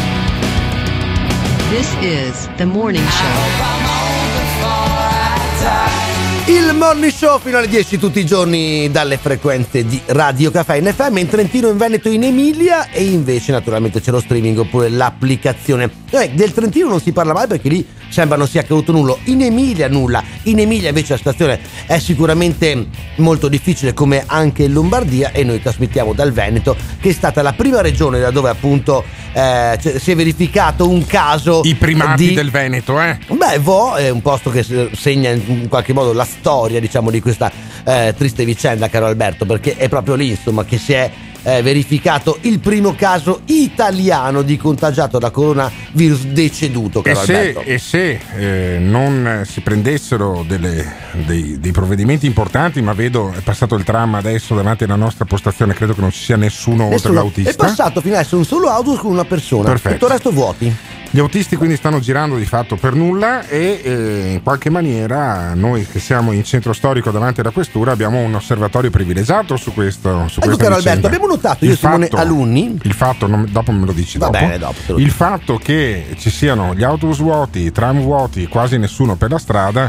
S10: This is the morning show.
S7: Il morning show fino alle dieci tutti i giorni dalle frequenze di Radio Caffè in F M in Trentino, in Veneto, in Emilia, e invece naturalmente c'è lo streaming oppure l'applicazione. Eh, del Trentino non si parla mai perché lì sembra non sia accaduto nulla. In Emilia nulla. In Emilia invece la situazione è sicuramente molto difficile, come anche in Lombardia, e noi trasmettiamo dal Veneto, che è stata la prima regione da dove appunto eh, cioè, si è verificato un caso.
S9: I primati
S7: di...
S9: del Veneto, eh?
S7: Beh, Vo è un posto che segna in qualche modo la storia, diciamo, di questa eh, triste vicenda, caro Alberto, perché è proprio lì, insomma, che si è eh, verificato il primo caso italiano di contagiato da coronavirus deceduto,
S9: E
S7: caro
S9: se,
S7: Alberto.
S9: e se eh, non si prendessero delle, dei, dei provvedimenti importanti, ma vedo è passato il tram adesso davanti alla nostra postazione, credo che non ci sia nessuno, oltre
S7: Nessuno.
S9: l'autista.
S7: È passato fino adesso un solo autobus con una persona.
S9: Perfetto.
S7: Tutto il resto vuoti.
S9: Gli autisti quindi stanno girando di fatto per nulla e eh, in qualche maniera noi che siamo in centro storico davanti alla questura abbiamo un osservatorio privilegiato su questo su
S7: Ecco,
S9: questa
S7: caro
S9: vicenda.
S7: Alberto, abbiamo notato io
S9: Il
S7: e Simone
S9: fatto-
S7: Alunni.
S9: Il fatto, non- dopo me lo dici
S7: Va
S9: dopo.
S7: bene, dopo te lo
S9: Il
S7: dico.
S9: fatto che ci siano gli autobus vuoti, i tram vuoti, quasi nessuno per la strada,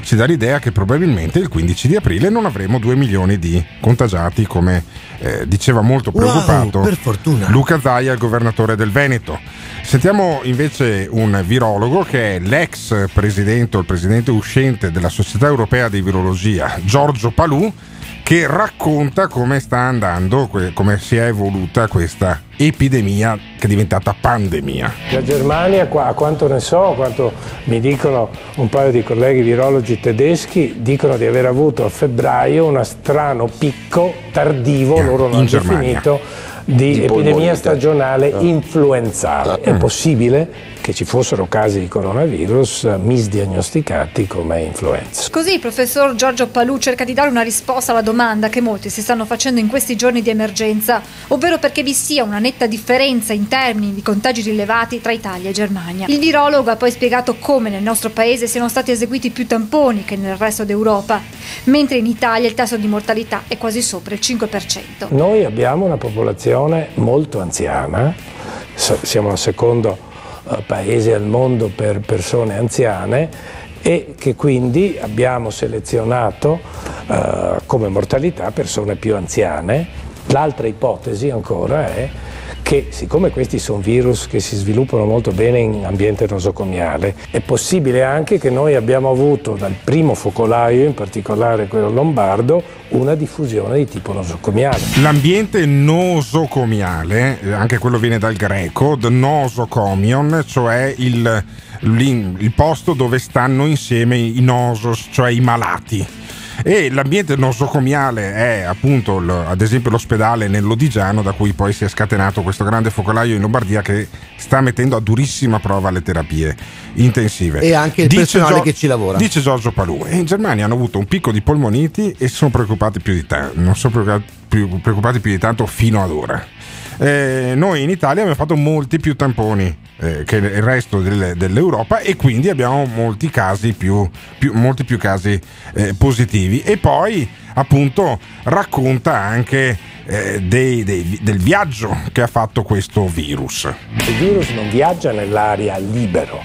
S9: ci dà l'idea che probabilmente il quindici di aprile non avremo due milioni di contagiati, come eh, diceva molto preoccupato
S7: wow, per fortuna.
S9: Luca Zaia, il governatore del Veneto. Sentiamo invece un virologo che è l'ex presidente o il presidente uscente della Società Europea di Virologia, Giorgio Palù, che racconta come sta andando, come si è evoluta questa epidemia che è diventata pandemia.
S14: La Germania, a quanto ne so, a quanto mi dicono un paio di colleghi virologi tedeschi, dicono di aver avuto a febbraio un strano picco tardivo, yeah, loro l'hanno definito, di, di epidemia stagionale ah. influenzale. Ah. È possibile che ci fossero casi di coronavirus misdiagnosticati come influenza.
S15: Così il professor Giorgio Palù cerca di dare una risposta alla domanda che molti si stanno facendo in questi giorni di emergenza, ovvero perché vi sia una netta differenza in termini di contagi rilevati tra Italia e Germania. Il virologo ha poi spiegato come nel nostro paese siano stati eseguiti più tamponi che nel resto d'Europa, mentre in Italia il tasso di mortalità è quasi sopra il cinque per cento.
S14: Noi abbiamo una popolazione molto anziana, siamo al secondo paese al mondo per persone anziane e che quindi abbiamo selezionato uh, come mortalità persone più anziane. L'altra ipotesi ancora è che siccome questi sono virus che si sviluppano molto bene in ambiente nosocomiale, è possibile anche che noi abbiamo avuto dal primo focolaio, in particolare quello lombardo, una diffusione di tipo nosocomiale.
S9: L'ambiente nosocomiale, anche quello viene dal greco, the nosocomion, cioè il, il posto dove stanno insieme i nosos, cioè i malati. E l'ambiente nosocomiale è appunto l, ad esempio l'ospedale nell'Odigiano, da cui poi si è scatenato questo grande focolaio in Lombardia che sta mettendo a durissima prova le terapie intensive
S7: e anche il
S9: dice
S7: personale
S9: Gio-
S7: che ci lavora.
S9: Dice Giorgio Palù, e in Germania hanno avuto un picco di polmoniti e sono preoccupati più di ta- non sono preoccupati più, preoccupati più di tanto fino ad ora. Eh, noi in Italia abbiamo fatto molti più tamponi eh, che il resto del, dell'Europa e quindi abbiamo molti casi più, più molti più casi eh, positivi. E poi appunto racconta anche eh, dei, dei, del viaggio che ha fatto questo virus.
S14: Il virus non viaggia nell'aria libero,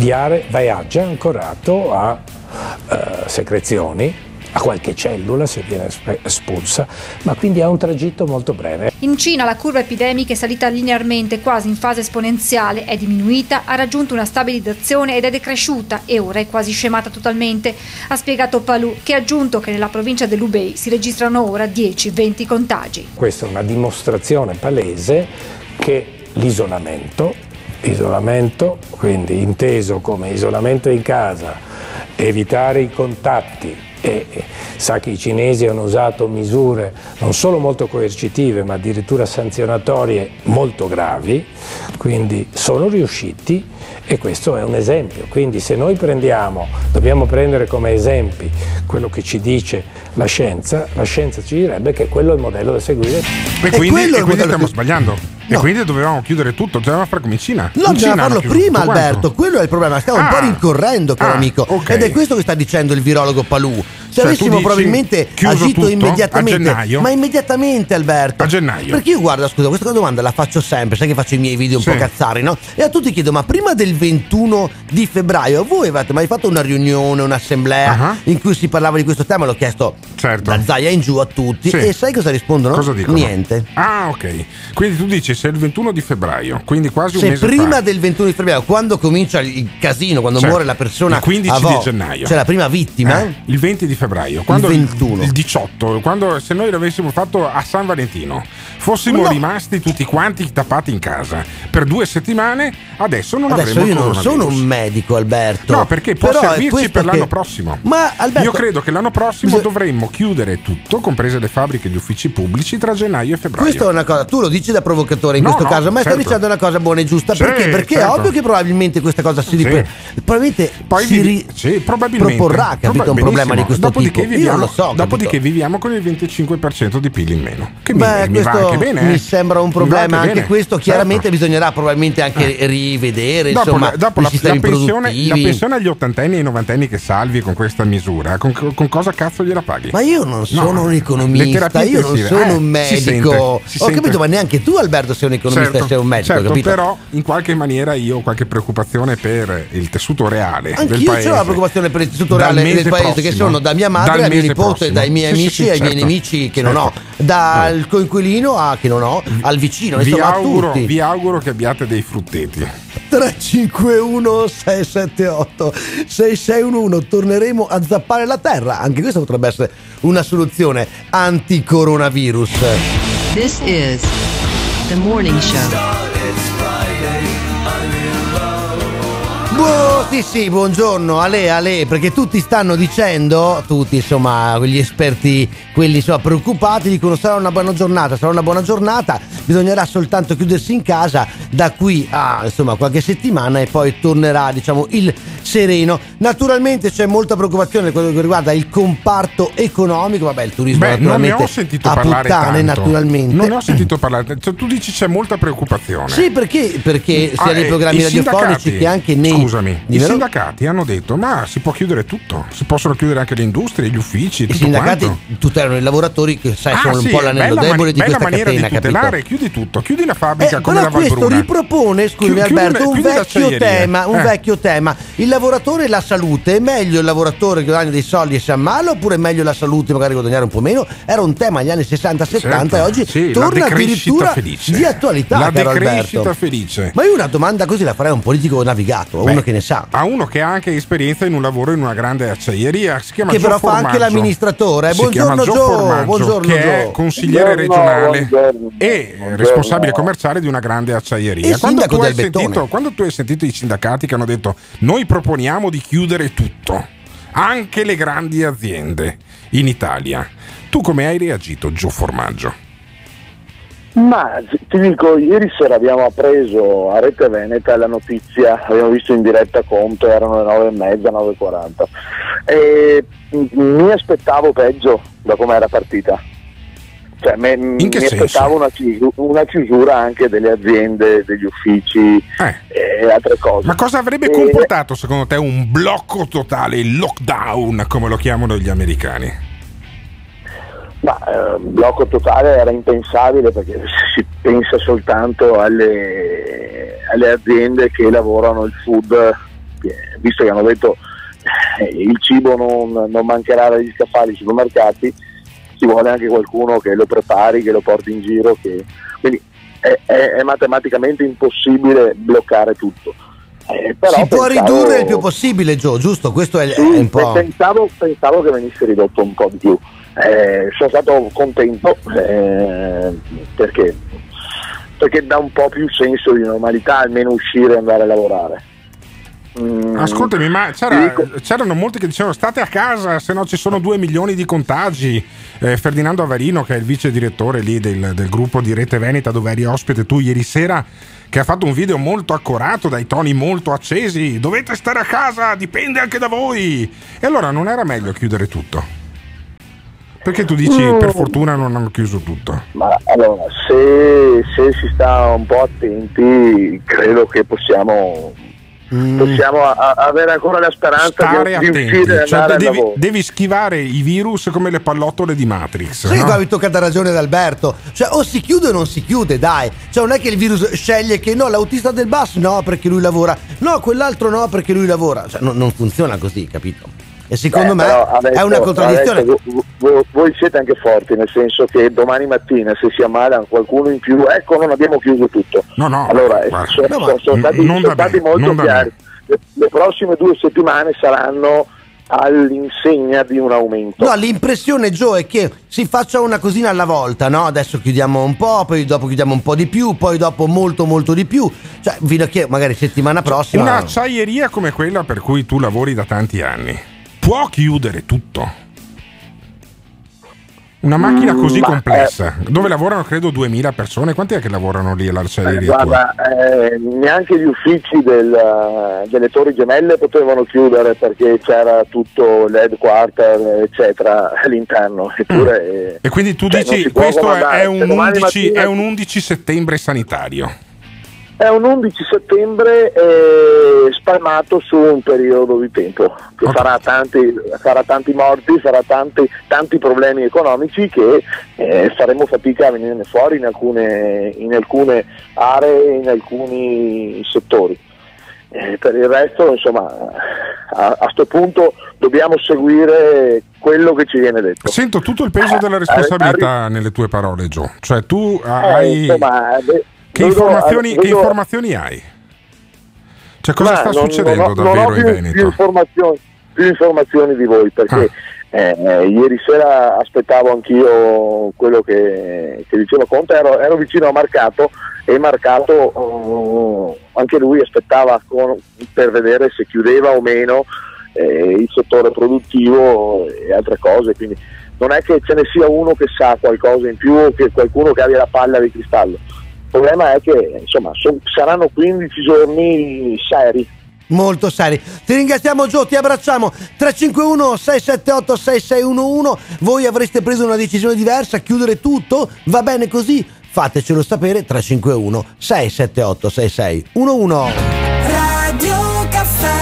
S14: viaggia ancorato a uh, secrezioni, a qualche cellula se viene espulsa, ma quindi ha un tragitto molto breve.
S15: In Cina la curva epidemica è salita linearmente, quasi in fase esponenziale, è diminuita, ha raggiunto una stabilizzazione ed è decresciuta e ora è quasi scemata totalmente, ha spiegato Palù, che ha aggiunto che nella provincia dell'Hubei si registrano ora dieci venti contagi.
S14: Questa è una dimostrazione palese che l'isolamento, isolamento quindi inteso come isolamento in casa, evitare i contatti, e sa che i cinesi hanno usato misure non solo molto coercitive ma addirittura sanzionatorie molto gravi, quindi sono riusciti e questo è un esempio. Quindi se noi prendiamo, dobbiamo prendere come esempi quello che ci dice la scienza, la scienza ci direbbe che quello è il modello da seguire.
S9: E quindi, e quindi stiamo che... sbagliando. No. E quindi dovevamo chiudere tutto, dovevamo fare come in Cina.
S7: No, bisogna farlo prima, Alberto. Quello è il problema. Stiamo
S9: ah,
S7: un po' rincorrendo, caro
S9: ah,
S7: amico.
S9: Okay.
S7: Ed è questo che sta dicendo il virologo Palù. Se
S9: cioè,
S7: avessimo probabilmente agito immediatamente, ma immediatamente, Alberto.
S9: A gennaio.
S7: Perché io guarda, scusa, questa domanda la faccio sempre, sai che faccio i miei video un sì. po' cazzari, no? E a tutti chiedo, ma prima del ventuno di febbraio voi avete mai fatto una riunione, un'assemblea uh-huh. in cui si parlava di questo tema? L'ho chiesto
S9: certo.
S7: da Zaia in giù a tutti sì. e sai cosa rispondono?
S9: Cosa dicono?
S7: Niente.
S9: Ah, ok. Quindi tu dici se è il ventuno di febbraio, quindi quasi un
S7: se
S9: mese
S7: prima
S9: fa.
S7: del ventuno di febbraio, quando comincia il casino, quando certo. muore la persona,
S9: il quindici
S7: a vo,
S9: di gennaio,
S7: cioè la prima vittima,
S9: eh, il venti di febbraio, quando
S7: il ventuno,
S9: il diciotto, quando se noi l'avessimo fatto a San Valentino, fossimo no. rimasti tutti quanti tappati in casa per due settimane, adesso non
S7: adesso
S9: avremmo
S7: io non sono un medico, Alberto.
S9: No, perché può
S7: però
S9: servirci per l'anno
S7: che...
S9: prossimo.
S7: Ma Alberto,
S9: io credo che l'anno prossimo Bis... dovremmo chiudere tutto, comprese le fabbriche e gli uffici pubblici, tra gennaio e febbraio.
S7: Questa è una cosa, tu lo dici da provocatore in
S9: no,
S7: questo
S9: no,
S7: caso, ma
S9: certo.
S7: stai dicendo una cosa buona e giusta.
S9: Sì,
S7: perché? Perché
S9: certo.
S7: è ovvio che probabilmente questa cosa si riprende.
S9: Sì.
S7: Probabilmente
S9: Poi
S7: si
S9: vi... sì, probabilmente.
S7: proporrà, capito, un problema di questo
S9: Dopo Dopodiché,
S7: tipo?
S9: viviamo,
S7: Io non lo so,
S9: dopodiché viviamo con il venticinque per cento di P I L in meno. Che
S7: Beh,
S9: mi, mi va anche bene.
S7: Mi
S9: eh.
S7: sembra un
S9: Mi va
S7: problema anche,
S9: bene.
S7: questo. Chiaramente
S9: Certo.
S7: bisognerà probabilmente anche
S9: Eh.
S7: rivedere
S9: Dopo,
S7: insomma,
S9: la, dopo
S7: i
S9: la,
S7: sistemi
S9: la, pensione,
S7: produttivi.
S9: la pensione agli ottantenni e ai novantenni che salvi con questa misura, con, con cosa cazzo gliela paghi?
S7: Ma io non sono
S9: No.
S7: un
S9: Le
S7: economista,
S9: terapie
S7: io non
S9: intensive,
S7: sono
S9: eh,
S7: un
S9: si
S7: medico.
S9: sente, si
S7: Ho
S9: sente.
S7: capito, ma neanche tu, Alberto, sei un economista
S9: Certo,
S7: e sei un medico,
S9: certo,
S7: capito?
S9: però in qualche maniera io ho qualche preoccupazione per il tessuto reale del
S7: Anch'io
S9: paese.
S7: ho la preoccupazione per il tessuto
S9: Dal
S7: reale del
S9: mese
S7: paese,
S9: prossimo.
S7: che sono da mia madre
S9: Dal
S7: a mio
S9: mese
S7: nipote,
S9: prossimo.
S7: dai miei
S9: Sì,
S7: amici
S9: sì, sì,
S7: ai miei
S9: certo.
S7: nemici che non
S9: Certo.
S7: ho, dal coinquilino a che non ho, al vicino,
S9: Vi
S7: insomma a
S9: auguro,
S7: tutti.
S9: vi auguro che abbiate dei frutteti.
S7: tre cinque uno sei sette otto sei sei uno uno. Torneremo a zappare la terra. Anche questa potrebbe essere una soluzione anti-coronavirus.
S10: This is The Morning Show.
S7: Buh, sì sì, buongiorno, Ale, Ale, perché tutti stanno dicendo, tutti insomma, quegli esperti, quelli insomma preoccupati, dicono sarà una buona giornata, sarà una buona giornata, bisognerà soltanto chiudersi in casa da qui a insomma qualche settimana e poi tornerà diciamo il sereno. Naturalmente c'è molta preoccupazione per quello che riguarda il comparto economico, vabbè il turismo
S9: Beh, non ne
S7: naturalmente
S9: ho sentito
S7: a
S9: parlare
S7: puttane,
S9: tanto.
S7: naturalmente.
S9: Non ne ho sentito parlare. Cioè, tu dici c'è molta preoccupazione.
S7: Sì, perché, perché sia
S9: Ah,
S7: nei
S9: eh,
S7: programmi
S9: i
S7: radiofonici
S9: sindacati-
S7: che anche nei...
S9: Scusami, i
S7: Dimmelo.
S9: sindacati hanno detto ma si può chiudere tutto, si possono chiudere anche le industrie, gli uffici,
S7: I
S9: tutto
S7: sindacati
S9: quanto.
S7: tutelano i lavoratori che sai
S9: Ah,
S7: sono
S9: sì,
S7: un po' l'anello
S9: bella
S7: debole
S9: mani-
S7: di
S9: bella
S7: questa
S9: maniera
S7: catena,
S9: di tutelare,
S7: capito?
S9: chiudi tutto, chiudi la fabbrica
S7: Eh,
S9: come
S7: però
S9: la
S7: questo
S9: Valbruna.
S7: ripropone, scusami
S9: Chiudi-
S7: Alberto,
S9: chiudi-
S7: un
S9: chiudi
S7: vecchio
S9: l'acciaieria.
S7: tema, un
S9: Eh.
S7: vecchio tema. Il lavoratore e la salute, è meglio il lavoratore che guadagna dei soldi e si ammala oppure è meglio la salute magari guadagnare un po' meno? Era un tema negli anni sessanta settanta
S9: Certo,
S7: e oggi
S9: sì, la
S7: torna
S9: decrescita
S7: addirittura
S9: felice.
S7: di attualità,
S9: La
S7: caro
S9: decrescita
S7: Alberto.
S9: felice.
S7: Ma io una domanda così la farei a un politico navigato, a
S9: Beh,
S7: uno che ne sa.
S9: A uno che ha anche esperienza in un lavoro in una grande acciaieria, si chiama
S7: Che
S9: Gio
S7: però fa anche
S9: Formaggio.
S7: l'amministratore.
S9: Si chiama
S7: Buongiorno,
S9: Gio
S7: Gio.
S9: Formaggio,
S7: Buongiorno,
S9: che è
S7: Gio.
S9: consigliere
S7: Buongiorno,
S9: regionale
S7: buongiorno.
S9: e
S7: Buongiorno.
S9: responsabile commerciale di una grande acciaieria.
S7: E
S9: Quando
S7: sindaco
S9: tu, hai
S7: del Bettone.
S9: sentito, quando tu hai sentito i sindacati che hanno detto noi proponiamo di chiudere tutto, anche le grandi aziende in Italia, tu come hai reagito, Gio Formaggio?
S16: Ma ti dico, ieri sera abbiamo appreso a Rete Veneta la notizia, abbiamo visto in diretta Conto, erano le nove e mezza, nove e quaranta, e mi aspettavo peggio da come era partita. Cioè, me, mi
S9: che
S16: aspettavo una chiusura, una chiusura anche delle aziende, degli uffici e altre cose.
S9: Ma cosa avrebbe
S16: E-
S9: comportato secondo te un blocco totale, il lockdown come lo chiamano gli americani?
S16: Ma eh, blocco totale era impensabile perché si pensa soltanto alle, alle aziende che lavorano il food, che, visto che hanno detto eh, il cibo non, non mancherà dagli scaffali ai supermercati, ci vuole anche qualcuno che lo prepari, che lo porti in giro, che, quindi è, è, è matematicamente impossibile bloccare tutto. Eh, però
S7: Si può
S16: pensavo-
S7: ridurre il più possibile, Gio, giusto? Questo è,
S16: sì,
S7: è un po'.
S16: pensavo, pensavo che venisse ridotto un po' di più. Eh, sono stato contento eh, perché perché dà un po' più senso di normalità, almeno uscire e andare a lavorare. Mm,
S9: Ascoltami, ma c'era- c'erano molti che dicevano state a casa, se no ci sono due milioni di contagi. Eh, Ferdinando Avarino, che è il vice direttore lì del, del gruppo di Rete Veneta dove eri ospite tu ieri sera, che ha fatto un video molto accorato, dai toni molto accesi, dovete stare a casa, dipende anche da voi. E allora non era meglio chiudere tutto? Perché tu dici
S16: Mm.
S9: per fortuna non hanno chiuso tutto?
S16: Ma allora, se, se si sta un po' attenti, credo che possiamo, possiamo a- a- avere ancora la speranza
S9: Stare
S16: di, di
S9: attenti,
S16: uscire e
S9: cioè,
S16: andare al
S9: devi,
S16: lavoro.
S9: devi schivare i virus come le pallottole di Matrix.
S7: Sì,
S9: no?
S7: qua vi toccata ragione ad Alberto. Cioè, o si chiude o non si chiude, dai. Cioè, non è che il virus sceglie che no, l'autista del bus no, perché lui lavora. No, quell'altro no, perché lui lavora. Cioè, non, non funziona così, capito? E secondo
S16: Beh,
S7: me
S16: però adesso-
S7: è una contraddizione.
S16: adesso vo- vo- voi siete anche forti, nel senso che domani mattina se si ammala qualcuno in più, ecco, non abbiamo chiuso tutto.
S9: No, no,
S16: allora, eh,
S9: guarda.
S16: sono,
S9: No, ma
S16: sono- sono stati,
S9: non
S16: sono
S9: da
S16: stati
S9: me,
S16: molto
S9: non da
S16: chiari. Le, le prossime due settimane saranno all'insegna di un aumento.
S7: No, l'impressione, Gio, è che si faccia una cosina alla volta, no? Adesso chiudiamo un po', poi dopo chiudiamo un po' di più, poi dopo molto molto di più. Cioè, fino a che magari settimana prossima.
S9: Un'acciaieria come quella per cui tu lavori da tanti anni può chiudere tutto? Una macchina così
S16: Ma,
S9: complessa, eh, dove lavorano credo duemila persone, quanti è che lavorano lì all'Arcieri?
S16: Eh, guarda, eh, neanche gli uffici del, delle Torri Gemelle potevano chiudere perché c'era tutto l'headquarter eccetera all'interno. Eppure, mm. eh,
S9: e quindi tu
S16: cioè,
S9: dici questo è, è, un undici, mattina... è un undici settembre sanitario?
S16: È un undici settembre eh, spalmato su un periodo di tempo che okay. farà, tanti, farà tanti morti, farà tanti, tanti problemi economici che eh, faremo fatica a venirne fuori in alcune, in alcune aree, in alcuni settori. Eh, per il resto, insomma, a sto punto dobbiamo seguire quello che ci viene detto.
S9: Sento tutto il peso della responsabilità eh, nelle tue parole, Gio. Cioè tu hai...
S16: Eh, insomma, beh,
S9: Che informazioni, vedo, che informazioni hai? Cioè cosa sta
S16: non,
S9: succedendo
S16: non ho,
S9: davvero
S16: non ho più,
S9: in Veneto?
S16: Più informazioni, più informazioni di voi perché ah. eh, ieri sera aspettavo anch'io quello che, che diceva Conte, ero, ero vicino a Marcato e Marcato uh, anche lui aspettava con, per vedere se chiudeva o meno eh, il settore produttivo e altre cose, quindi non è che ce ne sia uno che sa qualcosa in più o che qualcuno che abbia la palla di cristallo. Il problema è che insomma son, saranno quindici giorni seri.
S7: Molto seri. Ti ringraziamo Gio, ti abbracciamo. tre cinque uno sei sette otto sei sei uno uno. Voi avreste preso una decisione diversa, chiudere tutto? Va bene così? Fatecelo sapere. tre cinque uno sei sette otto sei sei uno uno.
S12: Radio Caffè.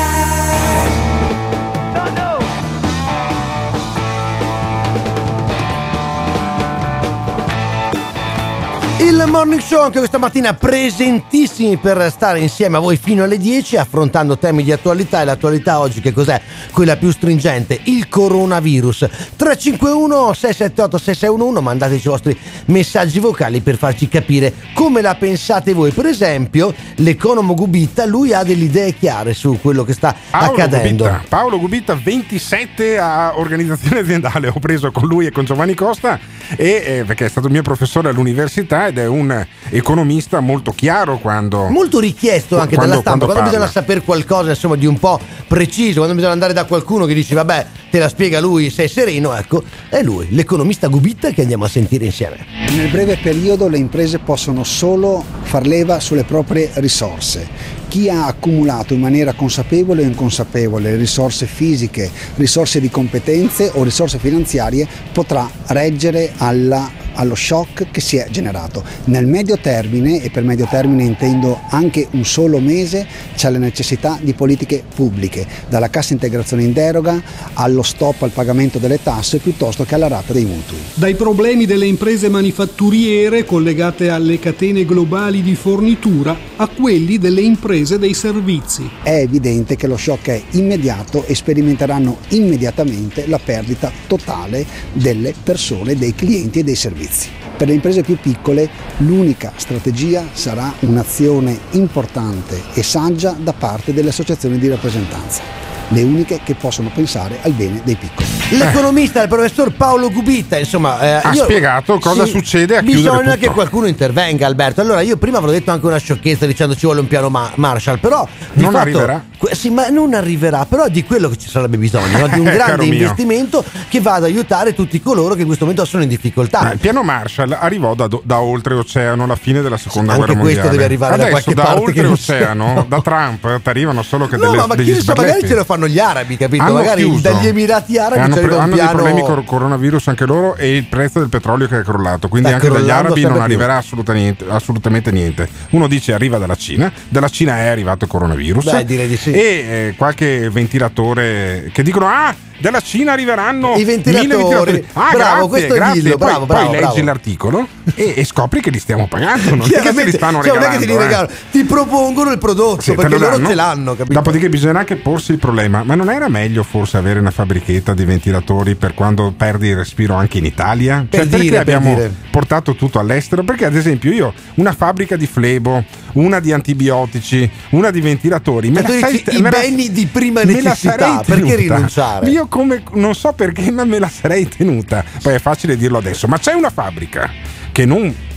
S7: Il Morning Show anche questa mattina presentissimi per stare insieme a voi fino alle dieci affrontando temi di attualità, e l'attualità oggi che cos'è? Quella più stringente, il coronavirus. tre cinque uno sei sette otto sei sei uno uno, mandateci i vostri messaggi vocali per farci capire come la pensate voi. Per esempio l'economo Gubitta, lui ha delle idee chiare su quello che sta
S9: Paolo
S7: accadendo.
S9: Gubitta, Paolo Gubitta ventisette a organizzazione aziendale, ho preso con lui e con Giovanni Costa e, eh, perché è stato mio professore all'università ed è un economista molto chiaro quando
S7: molto richiesto anche
S9: quando,
S7: dalla stampa
S9: quando,
S7: quando bisogna sapere qualcosa insomma di un po' preciso, quando bisogna andare da qualcuno che dici vabbè te la spiega lui, sei sereno, ecco è lui, l'economista Gubitta, che andiamo a sentire insieme.
S17: Nel breve periodo le imprese possono solo far leva sulle proprie risorse. Chi ha accumulato in maniera consapevole o inconsapevole risorse fisiche, risorse di competenze o risorse finanziarie potrà reggere alla, allo shock che si è generato. Nel medio termine, e per medio termine intendo anche un solo mese, c'è la necessità di politiche pubbliche, dalla cassa integrazione in deroga allo stop al pagamento delle tasse piuttosto che alla rata dei mutui.
S18: Dai problemi delle imprese manifatturiere collegate alle catene globali di fornitura a quelli delle imprese dei servizi.
S17: È evidente che lo shock è immediato e sperimenteranno immediatamente la perdita totale delle persone, dei clienti e dei servizi. Per le imprese più piccole l'unica strategia sarà un'azione importante e saggia da parte delle associazioni di rappresentanza, le uniche che possono pensare al bene dei piccoli.
S7: L'economista, il professor Paolo Gubitta, insomma, eh,
S9: ha
S7: io,
S9: spiegato cosa
S7: sì,
S9: succede a chiudere tutto.
S7: Bisogna che qualcuno intervenga, Alberto. Allora, io prima avrò detto anche una sciocchezza dicendo ci vuole un piano ma- Marshall, però di
S9: non
S7: fatto,
S9: arriverà.
S7: Que- sì, ma non arriverà, però di quello che ci sarebbe bisogno, no? Di un grande investimento che vada ad aiutare tutti coloro che in questo momento sono in difficoltà.
S9: Ah, il piano Marshall arrivò da, da oltreoceano alla fine della seconda
S7: sì,
S9: guerra
S7: anche
S9: mondiale.
S7: Questo deve arrivare
S9: Adesso
S7: da qualche
S9: da
S7: parte
S9: oltreoceano, da Trump ti arrivano solo che
S7: no,
S9: delle,
S7: ma
S9: degli
S7: chi sa, magari
S9: sberletti.
S7: ce lo fanno gli arabi, capito?
S9: Hanno
S7: magari
S9: chiuso.
S7: Dagli Emirati Arabi
S9: hanno,
S7: ci arriva un
S9: hanno
S7: piano.
S9: dei problemi con coronavirus anche loro e il prezzo del petrolio che è crollato, quindi
S7: Sta
S9: anche dagli arabi non
S7: più.
S9: arriverà assolutamente, assolutamente niente. Uno dice arriva dalla Cina, dalla Cina è arrivato il coronavirus.
S7: Beh, direi di sì.
S9: E eh, qualche ventilatore che dicono ah dalla Cina arriveranno
S7: i ventilatori,
S9: mille ventilatori. Ah,
S7: bravo,
S9: grazie,
S7: questo è
S9: grazie.
S7: dillo,
S9: Poi,
S7: bravo, bravo,
S9: poi leggi
S7: bravo.
S9: l'articolo e, e scopri che li stiamo pagando, non è che se li stanno
S7: cioè,
S9: regalando.
S7: Non è che ti,
S9: eh.
S7: regalano, ti propongono il prodotto
S9: Sì,
S7: perché
S9: te lo
S7: loro
S9: danno.
S7: ce l'hanno, capito?
S9: Dopodiché bisogna anche porsi il problema, ma non era meglio forse avere una fabbrichetta di ventilatori per quando perdi il respiro anche in Italia?
S7: Per
S9: Cioè,
S7: dire,
S9: perché
S7: per
S9: abbiamo
S7: dire.
S9: portato tutto all'estero? Perché ad esempio io una fabbrica di flebo, una di antibiotici, una di ventilatori, me
S7: E tu
S9: la
S7: dici,
S9: sai,
S7: i
S9: me la-
S7: beni di prima
S9: me la
S7: necessità,
S9: sarei
S7: perché
S9: tenuta.
S7: rinunciare?
S9: Io come non so perché, ma me la sarei tenuta. Poi è facile dirlo adesso, ma c'è una fabbrica che non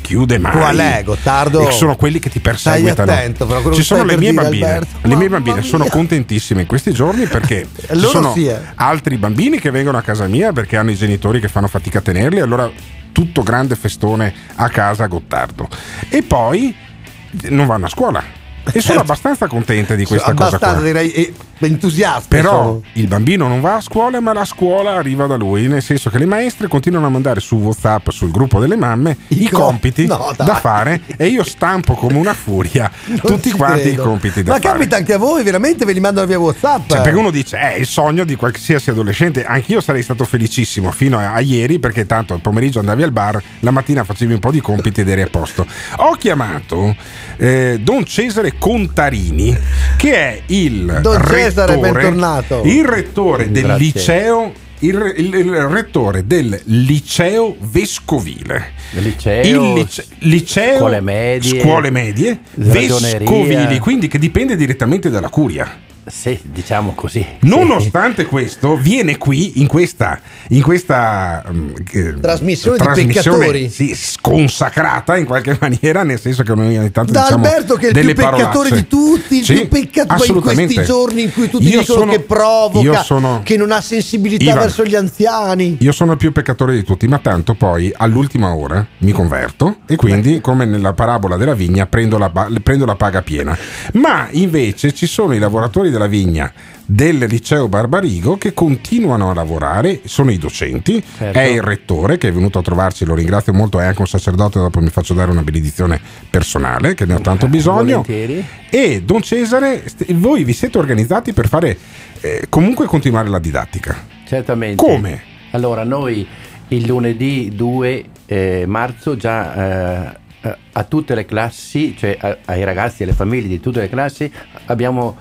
S9: chiude mai.
S7: Qual è, Gottardo?
S9: E sono quelli che ti perseguitano.
S7: Stai attento, però, quello
S9: ci
S7: che
S9: sono
S7: stai
S9: le
S7: per
S9: mie
S7: dire,
S9: bambine.
S7: Alberto.
S9: Le mie
S7: Mamma
S9: bambine sono
S7: mia.
S9: contentissime in questi giorni perché ci
S7: Loro
S9: sono
S7: sì, eh.
S9: altri bambini che vengono a casa mia perché hanno i genitori che fanno fatica a tenerli, allora tutto grande festone a casa a Gottardo. E poi non vanno a scuola. E sono abbastanza contente di questa cosa qua.
S7: Abbastanza, direi, eh, entusiasta.
S9: Però
S7: sono.
S9: il bambino non va a scuola, ma la scuola arriva da lui, nel senso che le maestre continuano a mandare su WhatsApp, sul gruppo delle mamme, i, i
S7: co-
S9: compiti
S7: no,
S9: da fare, e io stampo come una furia
S7: Non
S9: tutti
S7: ci
S9: quanti
S7: credo.
S9: i compiti da
S7: Ma
S9: fare.
S7: capita anche a voi, veramente ve li mandano via WhatsApp?
S9: Cioè, perché uno dice è il sogno di qualsiasi adolescente. Anch'io sarei stato felicissimo fino a, a ieri, perché tanto al pomeriggio andavi al bar, la mattina facevi un po' di compiti ed eri a posto. Ho chiamato eh, Don Cesare Contarini, che è il
S7: Don Cesare,
S9: rettore,
S7: bentornato.
S9: il rettore del
S7: Grazie.
S9: liceo il, il, il rettore del liceo vescovile.
S19: Liceo,
S9: il lice, liceo
S19: scuole medie,
S9: scuole medie vescovili, quindi che dipende direttamente dalla curia.
S19: Sì, diciamo così.
S9: Nonostante questo, viene qui in questa, in questa eh,
S7: Trasmissione di
S9: trasmissione,
S7: peccatori.
S9: sì, sconsacrata in qualche maniera, nel senso che noi ogni tanto
S7: Da
S9: diciamo
S7: Alberto, che è il
S9: delle
S7: più peccatore
S9: parolacce.
S7: di tutti, il
S9: Sì,
S7: più peccatore in
S9: assolutamente.
S7: questi giorni in cui tutti
S9: Io
S7: dicono
S9: sono-
S7: che provoca,
S9: io sono-
S7: che non ha sensibilità
S9: Ivan,
S7: verso gli anziani.
S9: Io sono il più peccatore di tutti, ma tanto poi all'ultima ora mi converto e quindi, come nella parabola della vigna, prendo la, ba- prendo la paga piena. Ma invece ci sono i lavoratori della vigna del liceo Barbarigo che continuano a lavorare, sono i docenti,
S19: Certo.
S9: è il rettore che è venuto a trovarci, lo ringrazio molto, è anche un sacerdote, dopo mi faccio dare una benedizione personale che ne ho tanto bisogno.
S19: Volentieri.
S9: E Don Cesare, st- voi vi siete organizzati per fare eh, comunque continuare la didattica.
S19: Certamente.
S9: Come?
S19: Allora, noi il lunedì due eh, marzo già eh, a tutte le classi, cioè a- ai ragazzi e alle famiglie di tutte le classi, abbiamo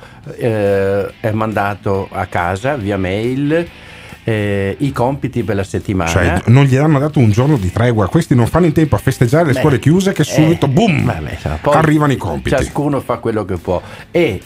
S19: eh, mandato a casa via mail eh, i compiti per la settimana.
S9: Cioè, non gli hanno dato un giorno di tregua, questi non fanno in tempo a festeggiare le
S19: Beh,
S9: scuole chiuse che subito,
S19: eh,
S9: boom,
S19: vabbè, insomma, poi
S9: arrivano i compiti.
S19: Ciascuno fa quello che può e,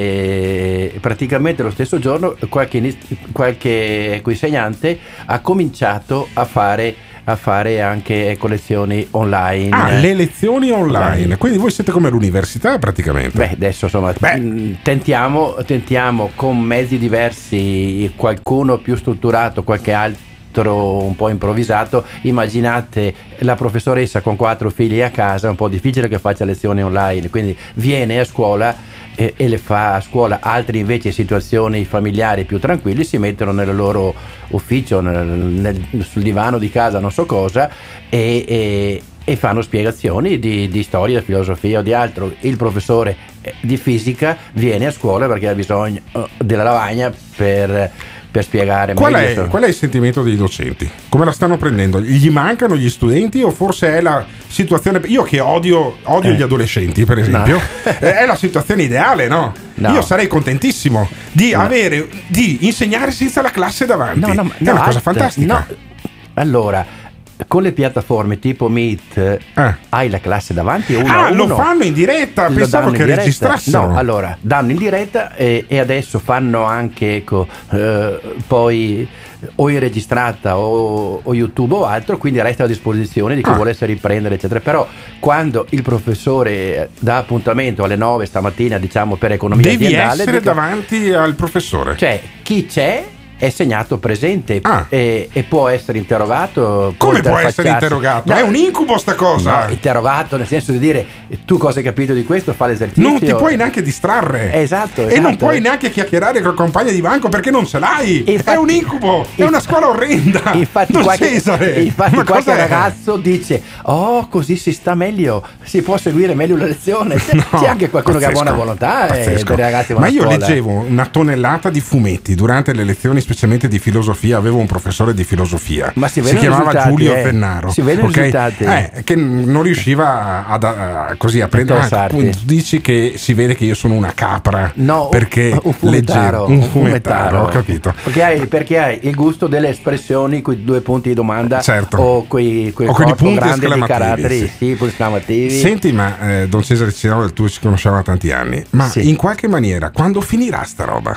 S19: e praticamente lo stesso giorno qualche, ini- qualche insegnante ha cominciato a fare a fare anche ecco, lezioni online.
S9: Ah, le lezioni online, quindi voi siete come l'università praticamente.
S19: Beh, adesso insomma mh, tentiamo, tentiamo con mezzi diversi, qualcuno più strutturato, qualche altro un po' improvvisato. Immaginate la professoressa con quattro figli a casa, è un po' difficile che faccia lezioni online, quindi viene a scuola e, e le fa a scuola. Altri invece in situazioni familiari più tranquilli si mettono nel loro ufficio, nel, nel, sul divano di casa, non so cosa, e, e, e fanno spiegazioni di, di storia, filosofia o di altro. Il professore di fisica viene a scuola perché ha bisogno della lavagna per per spiegare
S9: Qual
S19: meglio.
S9: è, qual è il sentimento dei docenti? Come la stanno prendendo? Gli mancano gli studenti o forse è la situazione... Io che odio, odio
S19: Eh.
S9: gli adolescenti, per esempio,
S19: No.
S9: è la situazione ideale, no?
S19: No.
S9: Io sarei contentissimo di
S19: No.
S9: avere, di insegnare senza la classe davanti.
S19: No, no, ma-
S9: è una
S19: no,
S9: cosa
S19: aspetta,
S9: fantastica.
S19: no. Allora, con le piattaforme tipo Meet hai la classe davanti uno
S9: Ah,
S19: a uno.
S9: lo fanno in diretta?
S19: Lo
S9: Pensavo
S19: danno
S9: che
S19: in diretta.
S9: registrassero.
S19: No, allora danno in diretta e, e adesso fanno anche ecco, eh, poi o in registrata o, o YouTube o altro, quindi resta a disposizione di chi
S9: Ah.
S19: volesse riprendere eccetera. Però quando il professore dà appuntamento alle nove stamattina, diciamo per economia
S9: Devi
S19: aziendale,
S9: essere
S19: dico-
S9: davanti al professore.
S19: cioè chi c'è è segnato presente
S9: Ah.
S19: e, e può essere interrogato.
S9: Come
S19: può
S9: può essere
S19: interfacciarsi.
S9: interrogato?
S19: No,
S9: È un incubo sta cosa.
S19: no, interrogato nel senso di dire tu cosa hai capito di questo, fa l'esercizio.
S9: Non ti puoi neanche distrarre.
S19: Esatto,
S9: E
S19: esatto.
S9: non puoi neanche chiacchierare col compagno di banco perché non ce l'hai.
S19: Infatti-
S9: è un incubo, è una scuola orrenda.
S19: Infatti
S9: Don
S19: qualche,
S9: Cesare,
S19: infatti
S9: ma
S19: qualche
S9: cos'è?
S19: ragazzo dice oh così si sta meglio, si può seguire meglio la lezione. C'è,
S9: No,
S19: c'è anche qualcuno che ha
S9: pazzesco,
S19: buona volontà e
S9: pazzesco.
S19: per i ragazzi vanno
S9: Ma
S19: a
S9: io
S19: scuola.
S9: leggevo una tonnellata di fumetti durante le lezioni, specialmente di filosofia. Avevo un professore di filosofia,
S19: Ma si
S9: si
S19: vedono
S9: chiamava
S19: risultati,
S9: Giulio
S19: eh.
S9: Fennaro.
S19: Si vedono
S9: ok?
S19: risultati.
S9: Eh, che non riusciva a, a, a- così a prendere.
S19: Interessarti.
S9: Ah, tu dici che si vede che io sono una capra
S19: No,
S9: perché
S19: un fumettaro,
S9: leggevo un
S19: un
S9: fumettaro, ho capito.
S19: Perché hai, perché hai il gusto delle espressioni, quei due punti di domanda,
S9: Certo.
S19: o quei, quel
S9: O quegli
S19: corpo
S9: punti
S19: grande di
S9: esclamativi,
S19: caratteri,
S9: sì.
S19: sì, punti esclamativi.
S9: Senti, ma eh, Don Cesare Cinaro, tu ci conosciamo da tanti anni, ma
S19: Sì.
S9: in qualche maniera quando finirà sta roba?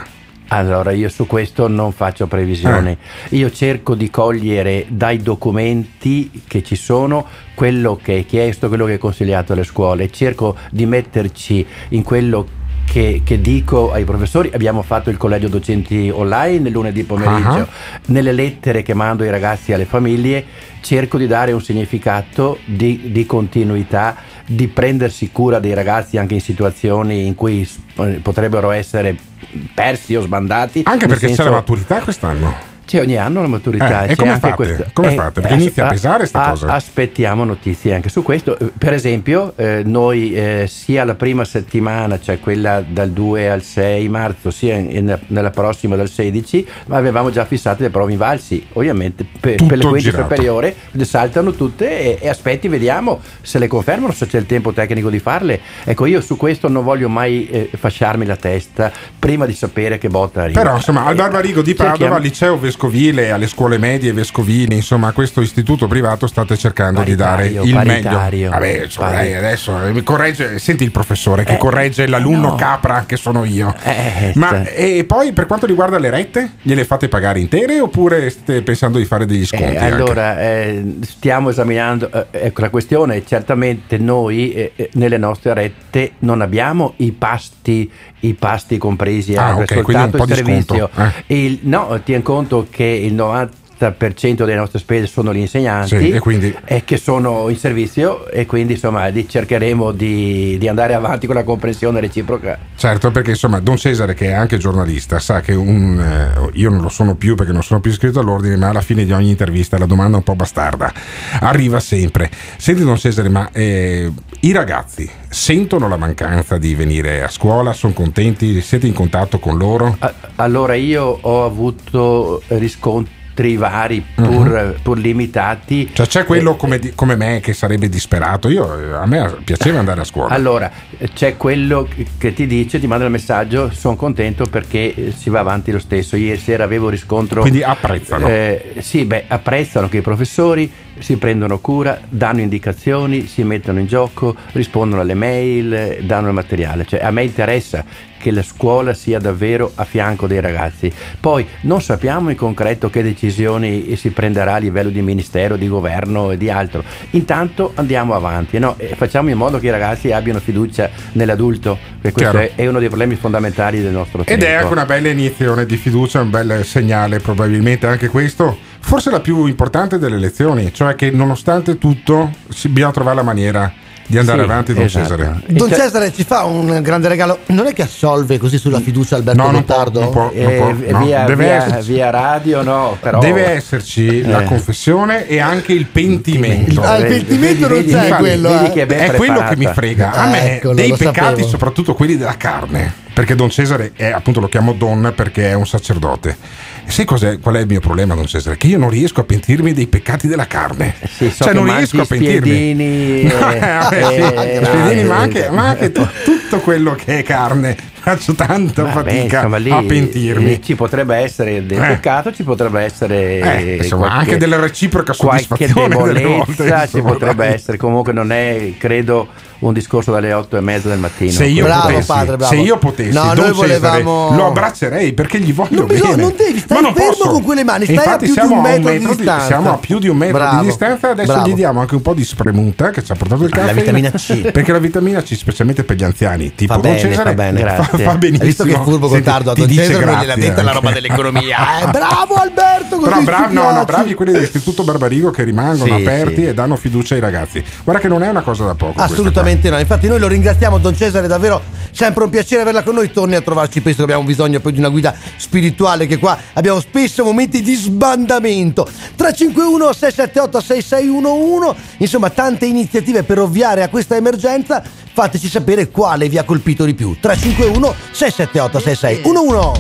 S19: Allora, io su questo non faccio previsioni. Eh. Io cerco di cogliere dai documenti che ci sono quello che è chiesto, quello che è consigliato alle scuole. Cerco di metterci in quello Che, che dico ai professori. Abbiamo fatto il collegio docenti online lunedì pomeriggio. Uh-huh. Nelle lettere che mando ai ragazzi e alle famiglie cerco di dare un significato di, di continuità, di prendersi cura dei ragazzi anche in situazioni in cui potrebbero essere persi o sbandati.
S9: Anche perché
S19: senso,
S9: c'è la maturità quest'anno.
S19: C'è ogni anno la maturità.
S9: Eh,
S19: c'è
S9: e come
S19: anche
S9: fate?
S19: Questo.
S9: Come
S19: eh,
S9: fate? Perché
S19: eh,
S9: inizia a pesare sta
S19: a,
S9: cosa.
S19: Aspettiamo notizie anche su questo. Per esempio, eh, noi eh, sia la prima settimana, cioè quella dal due al sei marzo, sia in, in, nella prossima dal sedici, ma avevamo già fissate le prove invalsi. Ovviamente per, per le quinte superiori le saltano tutte e, e aspetti, vediamo se le confermano, se c'è il tempo tecnico di farle. Ecco, io su questo non voglio mai eh, fasciarmi la testa prima di sapere che botta arriva.
S9: Però insomma, al Barbarigo di Padova, cerchiamo... al liceo vescovile, alle scuole medie vescovili, insomma, a questo istituto privato state cercando paritario, di dare il
S19: paritario,
S9: meglio. Vabbè, cioè, lei adesso mi corregge, senti il professore che eh, corregge l'alunno no. capra che sono io.
S19: Eh,
S9: Ma e poi per quanto riguarda le rette, gliele fate pagare intere oppure state pensando di fare degli sconti?
S19: Eh, allora, eh, stiamo esaminando eh, ecco la questione. Certamente noi eh, nelle nostre rette non abbiamo i pasti i pasti compresi,
S9: ah,
S19: è
S9: okay,
S19: soltanto il servizio.
S9: Eh.
S19: Il, no, tieni conto che il novanta per cento delle nostre spese sono gli insegnanti,
S9: sì, e, quindi...
S19: e che sono in servizio, e quindi insomma cercheremo di, di andare avanti con la comprensione reciproca.
S9: Certo, perché insomma Don Cesare, che è anche giornalista, sa che un eh, io non lo sono più perché non sono più iscritto all'ordine, ma alla fine di ogni intervista la domanda un po' bastarda arriva sempre. Senti Don Cesare, ma eh, i ragazzi sentono la mancanza di venire a scuola? Sono contenti? Siete in contatto con loro?
S19: Allora, io ho avuto riscontri vari pur, uh-huh. pur limitati.
S9: Cioè c'è quello come, di, come me che sarebbe disperato. Io, a me piaceva andare a scuola.
S19: Allora c'è quello che ti dice, ti manda il messaggio: sono contento perché si va avanti lo stesso. Ieri sera avevo riscontro,
S9: quindi apprezzano.
S19: Eh, sì, beh, apprezzano che i professori si prendono cura, danno indicazioni, si mettono in gioco, rispondono alle mail, danno il materiale. Cioè a me interessa che la scuola sia davvero a fianco dei ragazzi. Poi non sappiamo in concreto che decisioni si prenderà a livello di ministero, di governo e di altro. Intanto andiamo avanti, no? E facciamo in modo che i ragazzi abbiano fiducia nell'adulto, perché questo è, è uno dei problemi fondamentali del nostro tempo.
S9: Ed è anche una bella iniezione di fiducia, un bel segnale, probabilmente anche questo, forse la più importante delle lezioni, cioè che nonostante tutto bisogna trovare la maniera di andare sì, avanti. Don esatto. Cesare
S7: Don Cesare ci fa un grande regalo, non è che assolve così sulla fiducia Alberto
S9: no,
S7: Gottardo?
S9: Non può, non può, non può,
S19: eh,
S9: no.
S19: via,
S9: Deve
S19: via,
S9: esserci,
S19: via radio no però
S9: deve esserci eh. la confessione e anche il pentimento.
S7: Ah, il pentimento vedi, non c'è
S9: infatti,
S7: quello
S9: vedi
S7: eh.
S9: che è, è quello che mi frega a me, Eccolo, dei peccati sapevo. Soprattutto quelli della carne, perché Don Cesare è, appunto lo chiamo Don perché è un sacerdote. E sai cos'è, qual è il mio problema, Don Cesare? Che io non riesco a pentirmi dei peccati della carne.
S19: Sì, so
S9: cioè non riesco a pentirmi.
S19: Spiedini,
S9: no, eh, vabbè, eh, sì, spiedini, ma anche, ma anche t- tutto quello che è carne. Faccio tanta
S19: Vabbè,
S9: fatica
S19: insomma, lì,
S9: a pentirmi.
S19: Lì ci potrebbe essere del
S9: eh.
S19: peccato, ci potrebbe essere
S9: eh, insomma,
S19: qualche,
S9: anche della reciproca
S19: qualche
S9: soddisfazione
S19: debolezza ci potrebbe
S9: dai.
S19: essere. Comunque non è, credo, un discorso dalle otto e mezza del mattino.
S9: Se io
S7: bravo,
S9: potessi,
S7: padre, bravo.
S9: Se io potessi
S7: no,
S9: Don
S7: noi volevamo...
S9: Cesare, lo abbraccerei perché gli voglio
S7: non
S9: bene.
S7: bisogna, non devi, stai
S9: ma non
S7: fermo
S9: posso.
S7: con quelle mani, stai
S9: Infatti
S7: a più
S9: siamo
S7: di un metro,
S9: a un metro
S7: di distanza.
S9: Siamo a più di un metro
S7: bravo,
S9: di distanza. Adesso
S7: bravo.
S9: gli diamo anche un po' di spremuta che ci ha portato il caffè.
S7: La vitamina C.
S9: Perché la vitamina C, specialmente per gli anziani, tipo
S7: fa
S9: Don
S7: bene,
S9: Cesare,
S7: fa, bene.
S9: fa, fa benissimo.
S7: Hai visto che furbo Gottardo a Don Cesare non gliel'ha detta la roba dell'economia. Eh, bravo Alberto,
S9: però bravi, no, no, bravi quelli dell'Istituto Barbarigo che rimangono
S19: sì,
S9: aperti
S19: sì.
S9: e danno fiducia ai ragazzi. Guarda che non è una cosa da poco.
S7: Assolutamente no. Infatti noi lo ringraziamo Don Cesare, davvero sempre un piacere averla con noi. Torni a trovarci, penso che abbiamo bisogno poi di una guida spirituale, che qua abbiamo spesso momenti di sbandamento. tre cinque uno sei sette otto sei sei uno uno, insomma tante iniziative per ovviare a questa emergenza. Fateci sapere quale vi ha colpito di più. tre cinque uno sei sette otto sei sei uno uno.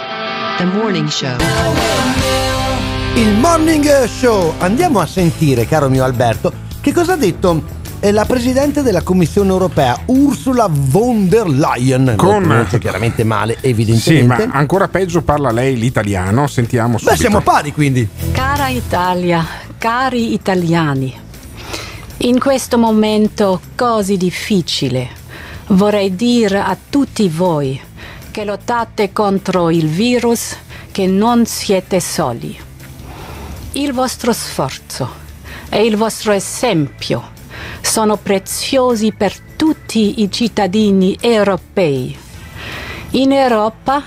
S10: The Morning Show.
S7: Il Morning Show. Andiamo a sentire, caro mio Alberto, che cosa ha detto la Presidente della Commissione Europea, Ursula von der Leyen.
S9: Con...
S7: Non chiaramente male, evidentemente.
S9: Sì, ma ancora peggio parla lei l'italiano. Sentiamo subito.
S7: Beh, siamo pari, quindi.
S20: Cara Italia, cari italiani, in questo momento così difficile vorrei dire a tutti voi che lottate contro il virus, che non siete soli. Il vostro sforzo e il vostro esempio sono preziosi per tutti i cittadini europei. In Europa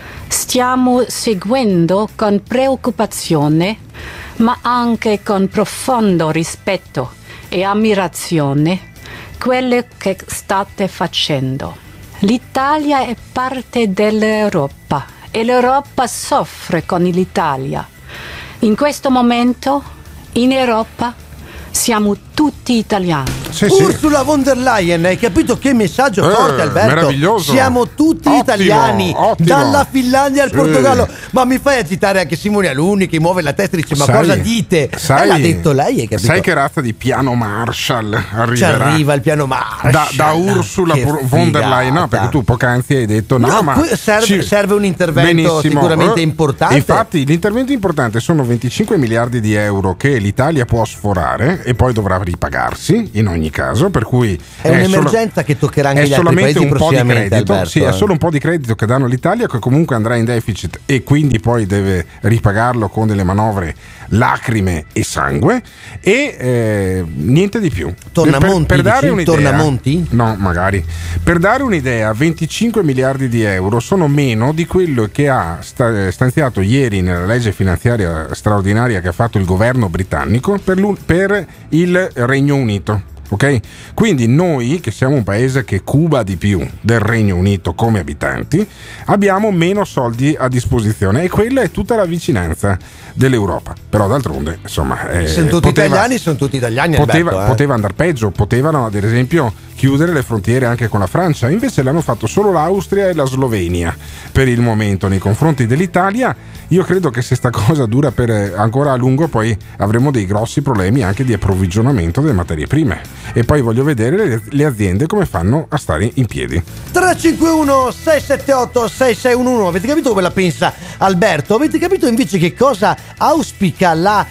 S20: stiamo seguendo con preoccupazione, ma anche con profondo rispetto e ammirazione, quello che state facendo. L'Italia è parte dell'Europa e l'Europa soffre con l'Italia. In questo momento, in Europa, siamo tutti italiani.
S7: Sì, sì. Ursula von der Leyen, hai capito che messaggio
S9: eh,
S7: forte, Alberto?
S9: Meraviglioso.
S7: Siamo tutti
S9: ottimo,
S7: italiani,
S9: ottimo.
S7: dalla Finlandia al
S9: sì.
S7: Portogallo. Ma mi fai agitare anche Simone Alunni che muove la testa e dice: ma
S9: sai,
S7: cosa dite?
S9: Sai,
S7: eh, l'ha detto lei, hai capito?
S9: Sai che razza di piano Marshall arriverà?
S7: Ci arriva il piano Marshall
S9: da, da Ursula
S7: che
S9: von der Leyen, no? Perché tu poc'anzi hai detto no,
S7: no
S9: ma
S7: serve,
S9: ci...
S7: serve un intervento
S9: benissimo.
S7: sicuramente
S9: eh,
S7: importante.
S9: Infatti l'intervento importante sono venticinque miliardi di euro che l'Italia può sforare e poi dovrà ripagarsi in ogni caso, per cui
S7: è, è un'emergenza solo, che toccherà anche gli altri paesi
S9: un po' di credito,
S7: Alberto,
S9: sì,
S7: eh.
S9: è solo un po' di credito che danno l'Italia, che comunque andrà in deficit e quindi poi deve ripagarlo con delle manovre lacrime e sangue e eh, niente di più.
S7: Tornamonti,
S9: per, per dare
S7: dici?
S9: un'idea,
S7: Tornamonti?
S9: No, magari. Per dare un'idea, venticinque miliardi di euro sono meno di quello che ha stanziato ieri nella legge finanziaria straordinaria che ha fatto il governo britannico per, per il Regno Unito. Ok? Quindi noi, che siamo un paese che cuba di più del Regno Unito come abitanti, abbiamo meno soldi a disposizione e quella è tutta la vicinanza dell'Europa. Però d'altronde, insomma, eh,
S7: sono tutti
S9: poteva,
S7: italiani, sono tutti italiani.
S9: Poteva,
S7: Alberto, eh.
S9: poteva andare peggio, potevano ad esempio chiudere le frontiere anche con la Francia, invece l'hanno fatto solo l'Austria e la Slovenia per il momento nei confronti dell'Italia. Io credo che se sta cosa dura per ancora a lungo poi avremo dei grossi problemi anche di approvvigionamento delle materie prime e poi voglio vedere le, le aziende come fanno a stare in piedi.
S7: tre cinque uno sei sette otto sei sei uno uno. Avete capito come la pensa Alberto? Avete capito invece che cosa auspica la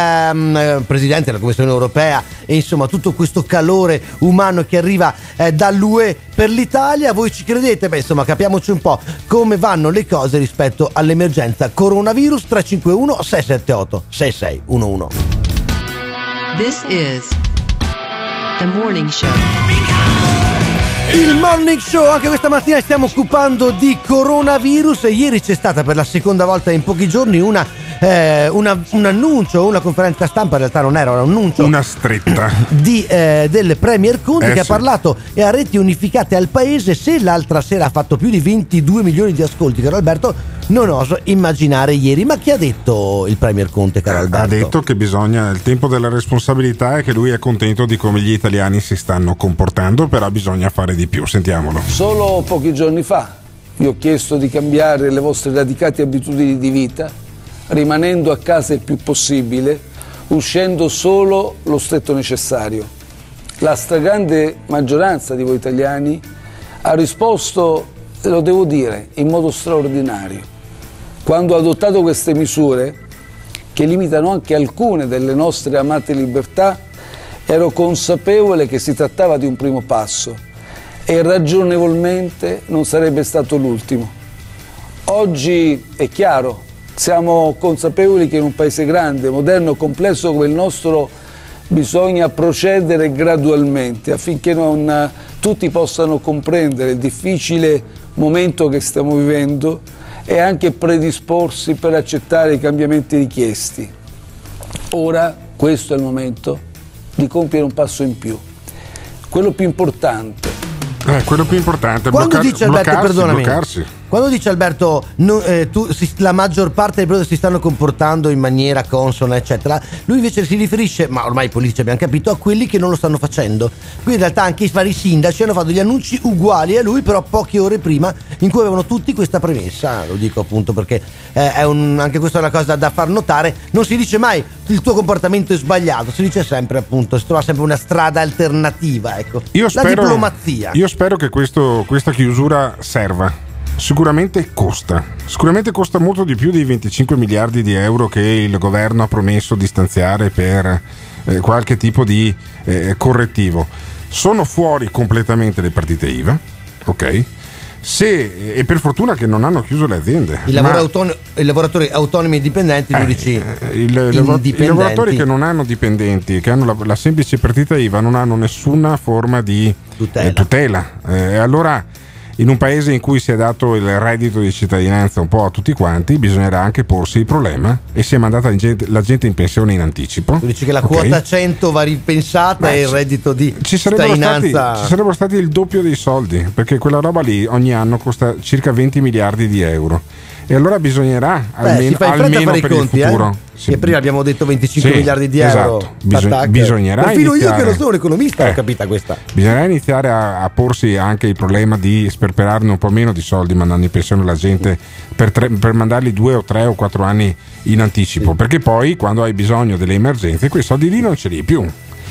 S7: ehm, Presidente della Commissione Europea e insomma tutto questo calore umano che arriva eh, dall'U E per l'Italia? Voi ci credete? Beh, insomma, capiamoci un po' come vanno le cose rispetto all'emergenza coronavirus. Tre cinque uno sei sette otto sei sei uno uno.
S10: This is The Morning Show.
S7: Il Morning Show, anche questa mattina stiamo occupando di coronavirus e ieri c'è stata per la seconda volta in pochi giorni una, eh, una un annuncio, una conferenza stampa, in realtà non era un annuncio,
S9: una stretta
S7: di, eh, del Premier Conte
S9: eh
S7: che
S9: sì.
S7: ha parlato e a reti unificate al paese. Se l'altra sera ha fatto più di ventidue milioni di ascolti, caro Alberto, non oso immaginare ieri. Ma che ha detto il Premier Conte, caro Alberto?
S9: Ha detto che bisogna, il tempo della responsabilità è che lui è contento di come gli italiani si stanno comportando, però bisogna fare di più. Sentiamolo.
S21: Solo pochi giorni fa vi ho chiesto di cambiare le vostre radicate abitudini di vita, rimanendo a casa il più possibile, uscendo solo lo stretto necessario. La stragrande maggioranza di voi italiani ha risposto, lo devo dire, in modo straordinario. Quando ho adottato queste misure, che limitano anche alcune delle nostre amate libertà, ero consapevole che si trattava di un primo passo e ragionevolmente non sarebbe stato l'ultimo. Oggi è chiaro, siamo consapevoli che in un paese grande, moderno, complesso come il nostro bisogna procedere gradualmente affinché non tutti possano comprendere il difficile momento che stiamo vivendo e anche predisporsi per accettare i cambiamenti richiesti. Ora questo è il momento di compiere un passo in più, quello più importante.
S9: Eh, quello più importante è
S7: Quando
S9: bloccar-
S7: dice Alberto,
S9: bloccarsi,
S7: perdonami,
S9: bloccarsi.
S7: Quando dice Alberto no, eh, tu, si, la maggior parte dei prodotti si stanno comportando in maniera consona eccetera, lui invece si riferisce, ma ormai i politici abbiamo capito, a quelli che non lo stanno facendo. Quindi in realtà anche i vari sindaci hanno fatto degli annunci uguali a lui, però poche ore prima, in cui avevano tutti questa premessa. Lo dico appunto perché eh, è un, anche questa è una cosa da far notare. Non si dice mai il tuo comportamento è sbagliato, si dice sempre appunto, si trova sempre una strada alternativa, ecco.
S9: Io spero,
S7: la diplomazia.
S9: Io spero che questo, questa chiusura serva. Sicuramente costa, sicuramente costa molto di più dei venticinque miliardi di euro che il governo ha promesso di stanziare per eh, qualche tipo di eh, correttivo. Sono fuori completamente le partite I V A, ok? Sì, e per fortuna che non hanno chiuso le aziende.
S7: I, lavoro autono- i lavoratori autonomi e dipendenti,
S9: Eh,
S7: tu dici
S9: il- il-
S7: indipendenti.
S9: I lavoratori che non hanno dipendenti, che hanno la, la semplice partita I V A, non hanno nessuna forma di tutela. Eh, tutela. Eh, allora, in un paese in cui si è dato il reddito di cittadinanza un po' a tutti quanti, bisognerà anche porsi il problema, e si è mandata in gente- la gente in pensione in anticipo.
S7: Tu dici che la
S9: Ok?
S7: quota cento va ripensata
S9: Beh,
S7: e il
S9: ci-
S7: reddito di
S9: Ci sarebbero, stati,
S7: cittadinanza
S9: ci sarebbero stati il doppio dei soldi, perché quella roba lì ogni anno costa circa venti miliardi di euro. E allora bisognerà
S7: Beh,
S9: almeno,
S7: si fa in fretta a
S9: almeno
S7: fare i
S9: per
S7: conti,
S9: il futuro.
S7: eh?
S9: Sì.
S7: Che prima abbiamo detto venticinque
S9: Sì,
S7: miliardi di
S9: esatto.
S7: euro.
S9: Bisog-
S7: Tac, tac.
S9: bisognerà
S7: Perfino io
S9: iniziare-
S7: che non sono un economista
S9: Eh.
S7: ho capita questa.
S9: Bisognerà iniziare a, a porsi anche il problema di sperperarne un po' meno di soldi mandando in pensione la gente per, tre, per mandarli due o tre o quattro anni in anticipo, perché poi quando hai bisogno delle emergenze quei soldi lì non ce li hai più.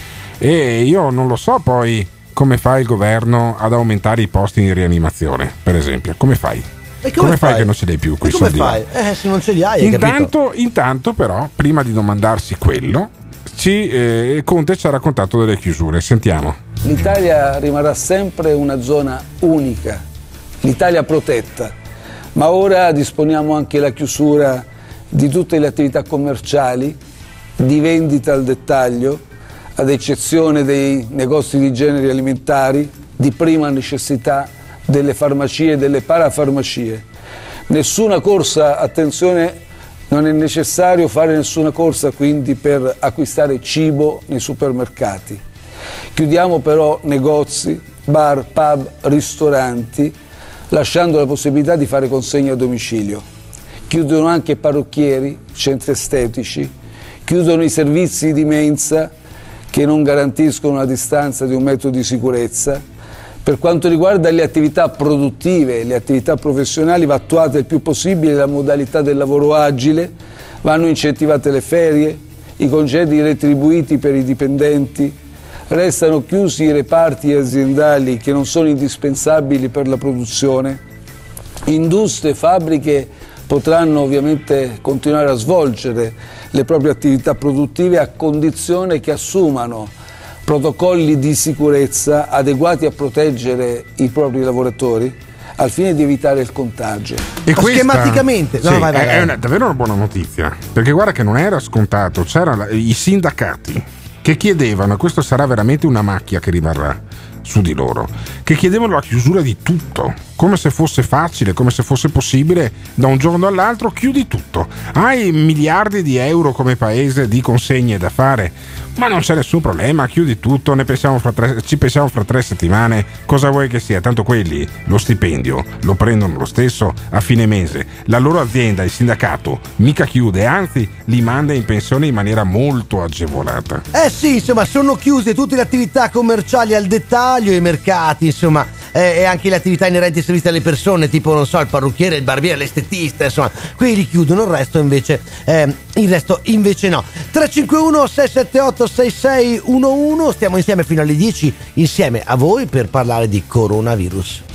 S9: E io non lo so poi come fa il governo ad aumentare i posti in rianimazione, per esempio. Come fai?
S7: E come
S9: fai
S7: fai?
S9: che non ce li hai più
S7: E
S9: quei
S7: come
S9: soldi là?
S7: fai? Eh, se non ce li hai, hai capito?
S9: Intanto, intanto però, prima di domandarsi quello, ci, eh, Conte ci ha raccontato delle chiusure. Sentiamo.
S21: L'Italia rimarrà sempre una zona unica, l'Italia protetta, ma ora disponiamo anche la chiusura di tutte le attività commerciali, di vendita al dettaglio, ad eccezione dei negozi di generi alimentari, di prima necessità, delle farmacie e delle parafarmacie. Nessuna corsa, attenzione, non è necessario fare nessuna corsa quindi per acquistare cibo nei supermercati. Chiudiamo però negozi, bar, pub, ristoranti, lasciando la possibilità di fare consegne a domicilio. Chiudono anche parrucchieri, centri estetici, chiudono i servizi di mensa che non garantiscono una distanza di un metro di sicurezza. Per quanto riguarda le attività produttive, le attività professionali, va attuata il più possibile la modalità del lavoro agile, vanno incentivate le ferie, i congedi retribuiti per i dipendenti, restano chiusi i reparti aziendali che non sono indispensabili per la produzione, industrie e fabbriche potranno ovviamente continuare a svolgere le proprie attività produttive a condizione che assumano protocolli di sicurezza adeguati a proteggere i propri lavoratori al fine di evitare il contagio.
S9: E questa,
S7: schematicamente
S9: sì,
S7: no, vai, vai,
S9: è,
S7: vai.
S9: è una, davvero una buona notizia, perché guarda che non era scontato, c'erano i sindacati che chiedevano, e questo sarà veramente una macchia che rimarrà su di loro, che chiedevano la chiusura di tutto, come se fosse facile, come se fosse possibile da un giorno all'altro. Chiudi tutto, hai miliardi di euro come paese di consegne da fare, ma non c'è nessun problema, chiudi tutto, ne pensiamo fra tre, ci pensiamo fra tre settimane, cosa vuoi che sia, tanto quelli lo stipendio lo prendono lo stesso a fine mese, la loro azienda, il sindacato, mica chiude, anzi li manda in pensione in maniera molto agevolata.
S7: Eh sì, insomma, sono chiuse tutte le attività commerciali al dettaglio, i mercati, insomma, eh, e anche le attività inerenti ai servizi alle persone, tipo, non so, il parrucchiere, il barbiere, l'estetista, insomma, quelli li chiudono, il resto invece, eh, il resto invece no. tre cinque uno sei sette otto sei sei uno uno, stiamo insieme fino alle dieci, insieme a voi per parlare di coronavirus.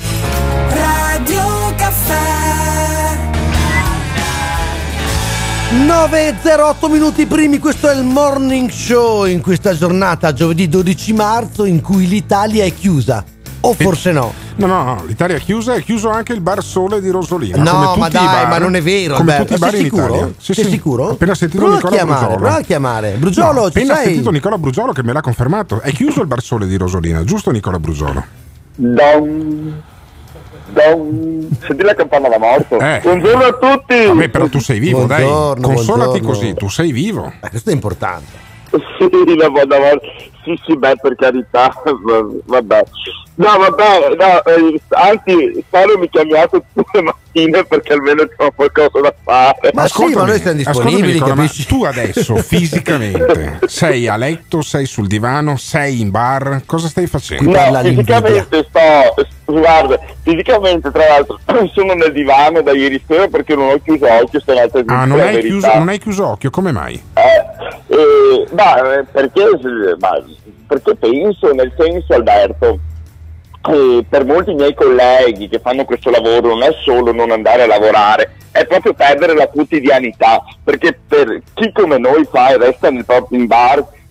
S12: Radio Caffè.
S7: nove e zero otto minuti primi, questo è il Morning Show in questa giornata, giovedì dodici marzo, in cui l'Italia è chiusa. O forse no?
S9: No, no, no, l'Italia è chiusa, è chiuso anche il bar Sole di Rosolina.
S7: No,
S9: come
S7: ma
S9: tutti
S7: dai,
S9: i bar,
S7: ma non è vero,
S9: come
S7: Alberto.
S9: tutti i bar
S7: Sei
S9: in
S7: sicuro?
S9: Italia. Sì,
S7: Sei
S9: sì.
S7: sicuro?
S9: Ho appena sentito
S7: Prova a
S9: Nicola
S7: chiamare,
S9: Brugiolo.
S7: prova a chiamare. Brugiolo,
S9: No,
S7: ci
S9: appena
S7: sei?
S9: sentito Nicola Brugiolo che me l'ha confermato. È chiuso il bar Sole di Rosolina, giusto Nicola Brugiolo?
S3: Don, don, senti la campana da morto.
S9: Eh.
S3: Buongiorno a tutti.
S9: Vabbè, però tu sei vivo, dai.
S7: Buongiorno,
S9: Consolati
S7: buongiorno.
S9: così, tu sei vivo.
S7: Ma questo è importante.
S3: Sì, la buona morte. Sì, sì, beh, per carità. Vabbè. No, vabbè, no, eh, anzi, Saro mi chiamiato tutte le mattine perché almeno c'ho qualcosa da fare.
S7: Ma sì, ma noi siamo disponibili,
S9: Nicola, ma
S7: capisci?
S9: tu adesso fisicamente sei a letto, sei sul divano, sei in bar, cosa stai facendo?
S3: No, fisicamente sto, guarda, fisicamente tra l'altro sono nel divano da ieri sera perché non ho chiuso occhio stanotte.
S9: Ah, non hai, chiuso, non hai chiuso occhio, come mai?
S3: Eh, eh, ma perché, ma, perché penso, nel senso, Alberto, eh, per molti miei colleghi che fanno questo lavoro non è solo non andare a lavorare, è proprio perdere la quotidianità, perché per chi come noi fa e resta nel proprio in bar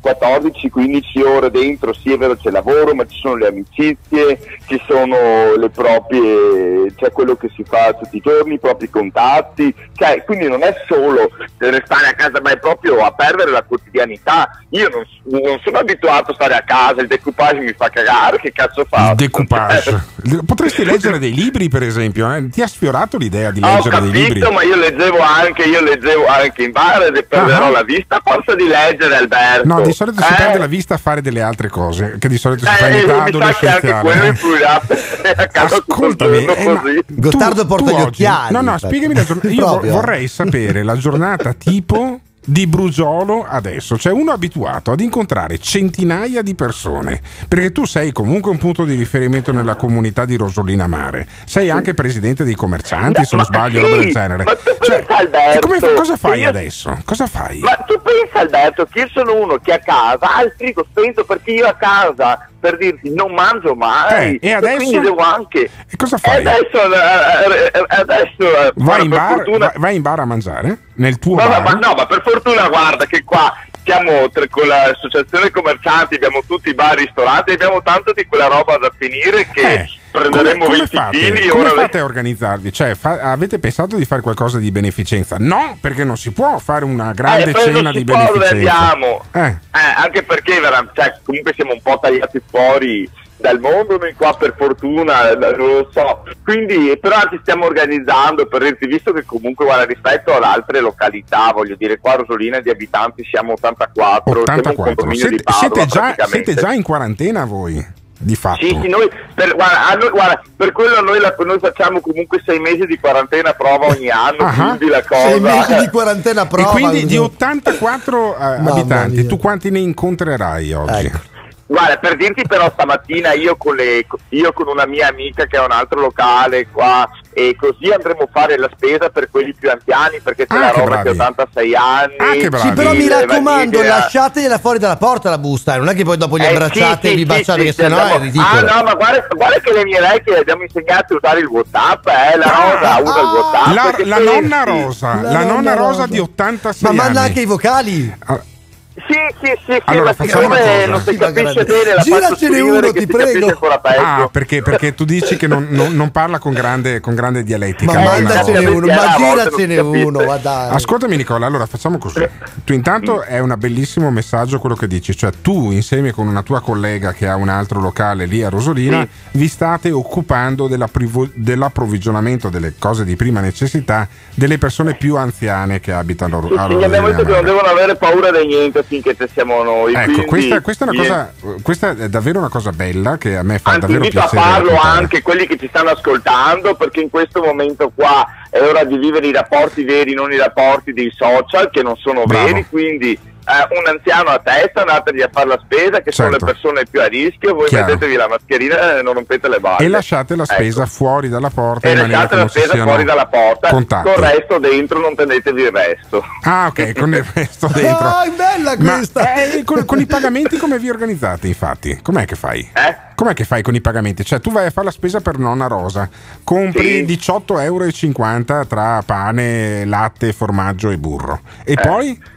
S3: quattordici quindici ore dentro, sì è vero c'è lavoro, ma ci sono le amicizie, ci sono le proprie, c'è quello che si fa tutti i giorni, i propri contatti, cioè, quindi non è solo restare a casa, ma è proprio a perdere la quotidianità. Io non, non sono abituato a stare a casa, il decoupage mi fa cagare, che cazzo fa?
S9: Il decoupage. Potresti leggere dei libri, per esempio, eh? Ti ha sfiorato l'idea di
S3: Ho
S9: leggere
S3: capito,
S9: dei libri?
S3: ma io leggevo anche, io leggevo anche in bar e perderò
S9: Ah.
S3: la vista a forza di leggere, Alberto.
S9: No, di solito si
S3: Eh?
S9: perde la vista a fare delle altre cose, che di solito si fa in
S3: Eh,
S9: età
S3: mi sa che anche quello
S9: adolescenziale.
S3: influirà a casa tutto il
S9: Ascoltami,
S3: giorno
S9: eh, ma
S3: così.
S7: Gottardo
S9: tu-
S7: porta
S9: tu
S7: gli
S9: oggi-
S7: occhiali.
S9: No, no,
S7: infatti.
S9: spiegami la giornata. Io vo-
S7: Proprio.
S9: vorrei sapere la giornata tipo di Brugiolo adesso, cioè uno abituato ad incontrare centinaia di persone, perché tu sei comunque un punto di riferimento nella comunità di Rosolina Mare, sei anche presidente dei commercianti, se non sbaglio, roba del genere.
S3: Ma tu
S9: Cioè,
S3: pensa, Alberto,
S9: e come fa- cosa fai
S3: io-
S9: adesso? Cosa fai?
S3: Ma tu pensa, Alberto, che io sono uno che a casa ha il frigo spento, perché io a casa, per dirti, non mangio mai.
S9: Eh, e adesso?
S3: Quindi devo anche.
S9: E cosa fai?
S3: E adesso, eh, eh, adesso eh,
S9: Vai
S3: guarda,
S9: in,
S3: per
S9: bar,
S3: fortuna-
S9: vai- vai in bar a mangiare? Nel tuo
S3: Ma,
S9: bar?
S3: ma no, ma per fortuna guarda che qua siamo tre- con l'associazione commercianti, abbiamo tutti i bar, ristoranti, abbiamo tanto di quella roba da finire che
S9: Eh,
S3: prenderemo
S9: come, come
S3: venti
S9: fate,
S3: chili.
S9: come
S3: Ora
S9: fate a organizzarvi? Cioè, fa- avete pensato di fare qualcosa di beneficenza? No, perché non si può fare una grande
S3: eh, poi
S9: cena
S3: non si
S9: di
S3: può dove
S9: beneficenza.
S3: andiamo.
S9: Eh.
S3: Eh, anche perché vera- cioè, comunque siamo un po' tagliati fuori dal mondo noi qua, per fortuna, eh, non lo so, quindi però ci stiamo organizzando, per dirti, visto che comunque guarda, rispetto ad altre località, voglio dire, qua a Rosolina di abitanti siamo ottantaquattro, siamo un
S9: ottantaquattro.
S3: condominio
S9: Siete,
S3: di Padova,
S9: siete già,
S3: praticamente.
S9: siete già in quarantena voi, di fatto.
S3: Sì, sì, noi per, guarda, a noi- guarda, per quello noi, la- noi facciamo comunque sei mesi di quarantena prova ogni anno,
S9: Ah,
S3: quindi la cosa...
S7: Sei mesi di quarantena prova.
S9: E quindi di ottantaquattro eh,
S7: Mamma
S9: abitanti,
S7: mia.
S9: tu quanti ne incontrerai oggi?
S7: Ecco.
S3: Guarda, per dirti però stamattina io con, le, io con una mia amica che ha un altro locale qua, e così andremo a fare la spesa per quelli più anziani, perché c'è
S9: Ah,
S3: la
S9: che
S3: roba
S9: bravi.
S3: che ha ottantasei anni.
S9: Ah, che bravi.
S7: Sì, però mi
S3: le
S7: raccomando,
S3: valigie-
S7: lasciategliela fuori dalla porta la busta, eh, non è che poi dopo li
S3: Eh,
S7: abbracciate
S3: sì,
S7: e vi
S3: sì,
S7: baciate,
S3: sì,
S7: che
S3: sì,
S7: sennò
S3: andiamo-
S7: è ridicolo.
S3: Ah no, ma guarda, guarda che le mie vecchie le abbiamo insegnate a usare il WhatsApp, eh, la Rosa usa il WhatsApp.
S9: La,
S3: che
S9: la
S3: pensi?
S9: nonna Rosa, la,
S7: La
S9: nonna
S7: nonna
S9: Rosa,
S7: Rosa.
S9: di ottantasei
S7: Ma
S9: anni.
S7: manda anche i vocali.
S9: Ah,
S3: Sì, sì, sì, sì,
S9: Allora,
S3: ma
S9: facciamo una
S3: siccome
S9: cosa.
S3: non si
S7: Sì, ma
S3: capisce
S7: grande.
S3: bene la faccio
S7: Giracene
S3: scrivere
S7: uno,
S3: che
S7: ti
S3: si capisce
S7: prego.
S3: ancora peggio.
S9: Ah, perché, perché tu dici che non, non- non parla con grande, con grande dialettica.
S7: Ma
S9: no,
S7: mandacene
S9: no.
S7: uno,
S3: Era
S7: ma
S3: a volte non
S7: giracene
S3: capite.
S7: uno, ma dai.
S9: Ascoltami Nicola, allora facciamo così. Tu intanto è un bellissimo messaggio quello che dici, cioè tu insieme con una tua collega che ha un altro locale lì a Rosolina vi state occupando della privo- dell'approvvigionamento delle cose di prima necessità delle persone più anziane che abitano a
S3: Sì,
S9: Ro- a
S3: sì, gli abbiamo detto che
S9: Rosolina.
S3: non devono avere paura di niente finché ci siamo noi.
S9: Ecco,
S3: quindi,
S9: questa, questa è una
S3: niente.
S9: cosa, questa è davvero una cosa bella che a me fa
S3: Anzi,
S9: davvero
S3: invito a
S9: piacere.
S3: farlo
S9: raccontare.
S3: anche quelli che ci stanno ascoltando, perché in questo momento qua è ora di vivere i rapporti veri, non i rapporti dei social che non sono
S9: Bravo.
S3: veri, quindi eh, un anziano a testa, andategli a fare la spesa, che sono
S9: Certo.
S3: le persone più a rischio, voi
S9: Chiaro.
S3: mettetevi la mascherina e non rompete le balle.
S9: E lasciate la spesa
S3: Ecco.
S9: fuori dalla porta
S3: E
S9: in maniera
S3: lasciate
S9: che
S3: la
S9: non ci
S3: spesa
S9: siano
S3: fuori dalla porta,
S9: contatti.
S3: con il resto dentro non tenetevi il resto.
S9: Ah, ok, con il resto dentro.
S7: Ah, è bella
S9: Ma
S7: questa.
S9: eh, con, con i pagamenti come vi organizzate, infatti? Com'è che fai?
S3: Eh?
S9: Com'è che fai con i pagamenti? Cioè, tu vai a fare la spesa per nonna Rosa, compri
S3: Sì.
S9: diciotto e cinquanta euro tra pane, latte, formaggio e burro. E poi?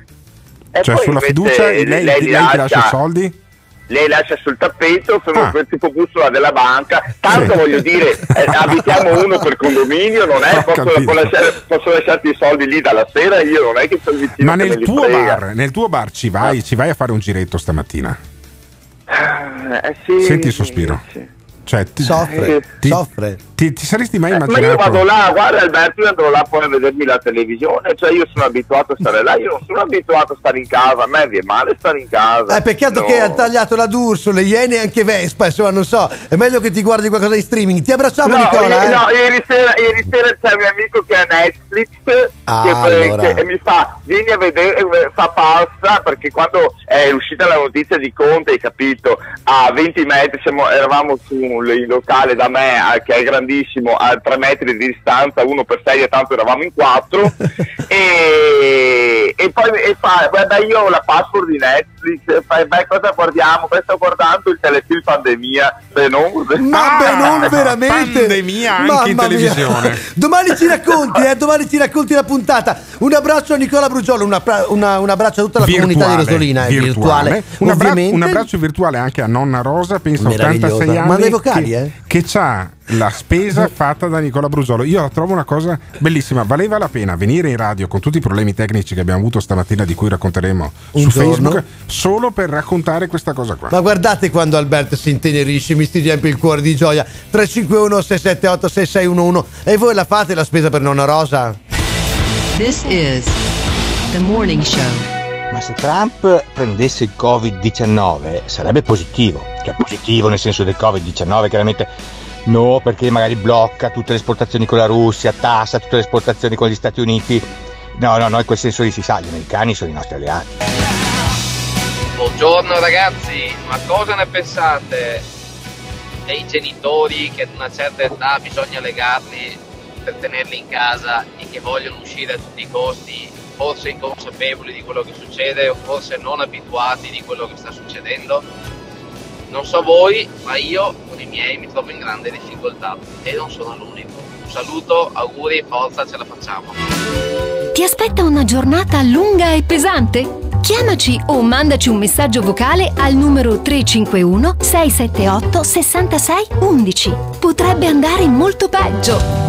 S3: E
S9: Cioè,
S3: poi
S9: sulla
S3: invece
S9: fiducia lei, lei,
S3: lei
S9: ti
S3: li
S9: lascia i
S3: lascia-
S9: soldi?
S3: Lei lascia sul tappeto, sono
S9: Ah.
S3: quel tipo bussola della banca, tanto
S9: Sì.
S3: voglio dire, eh, abitiamo uno per condominio, non è,
S9: Ho
S3: posso,
S9: capito.
S3: posso lasciare, posso lasciarti i soldi lì dalla sera, io non è che sono vicino.
S9: Ma
S3: che me
S9: nel
S3: li
S9: tuo,
S3: frega.
S9: bar, nel tuo bar ci vai, ci vai a fare un giretto stamattina?
S3: Eh, sì,
S9: Senti il sospiro.
S3: sì.
S9: Cioè, ti,
S7: Soffre,
S9: ti-
S7: soffre.
S9: ti- ti saresti mai
S3: Eh, ma
S9: immaginato?
S3: io vado là, guarda Alberto, io andrò là poi a vedermi la televisione, cioè io sono abituato a stare là, io non sono abituato a stare in casa, a me viene male stare in casa.
S7: Eh, peccato
S3: No.
S7: che ha tagliato la D'Urso, le Iene e anche Vespa, insomma, non so. È meglio che ti guardi qualcosa di streaming. Ti abbracciamo,
S3: No,
S7: Nicola.
S3: ieri,
S7: eh.
S3: no, ieri sera, ieri sera c'è un mio amico che ha Netflix
S7: Ah,
S3: che,
S7: allora.
S3: che mi fa, vieni a vedere, eh, fa pausa, perché quando è uscita la notizia di Conte, hai capito, a venti metri, siamo, eravamo su un in locale da me, eh, che è grandissimo, a tre metri di distanza, uno per sei, e tanto eravamo in quattro, e, e poi poi e fa, guarda, io ho la password di Netflix, e fai, beh, cosa guardiamo? Poi sto guardando il telefilm Pandemia, se non...
S7: Ma beh, non veramente.
S9: Pandemia anche
S7: Mamma
S9: in televisione.
S7: mia. Domani ci racconti, eh, domani ci racconti la puntata. Un abbraccio a Nicola Brugiolo, una, una, un abbraccio a tutta la
S9: Virtuale,
S7: comunità di Rosolina, è
S9: virtuale.
S7: virtuale.
S9: Un, abbra-
S7: ovviamente.
S9: un abbraccio virtuale anche a nonna Rosa, penso
S7: Meravigliosa.
S9: ottantasei anni,
S7: Manda i vocali,
S9: che,
S7: eh.
S9: che c'ha la spesa fatta da Nicola Brugiolo. Io la trovo una cosa bellissima. Valeva la pena venire in radio con tutti i problemi tecnici che abbiamo avuto stamattina, di cui racconteremo
S7: Un
S9: su
S7: giorno.
S9: Facebook, solo per raccontare questa cosa qua.
S7: Ma guardate quando Alberto si intenerisce, mi si riempie il cuore di gioia. tre cinque uno sei sette otto sei sei uno uno. E voi la fate la spesa per nonna Rosa?
S10: This is The Morning Show.
S1: Ma se Trump prendesse il covid diciannove sarebbe positivo, cioè positivo nel senso del covid diciannove chiaramente no, perché magari blocca tutte le esportazioni con la Russia, tassa tutte le esportazioni con gli Stati Uniti, no no no, in quel senso lì si sa, gli americani sono i nostri alleati.
S22: Buongiorno ragazzi, ma cosa ne pensate dei genitori che ad una certa età bisogna legarli per tenerli in casa e che vogliono uscire a tutti i costi, forse inconsapevoli di quello che succede o forse non abituati di quello che sta succedendo? Non so voi, ma io con i miei mi trovo in grande difficoltà e non sono l'unico. Un saluto, auguri, forza, ce la facciamo.
S23: Ti aspetta una giornata lunga e pesante? Chiamaci o mandaci un messaggio vocale al numero tre cinque uno sei sette otto sei sei uno uno. Potrebbe andare molto peggio.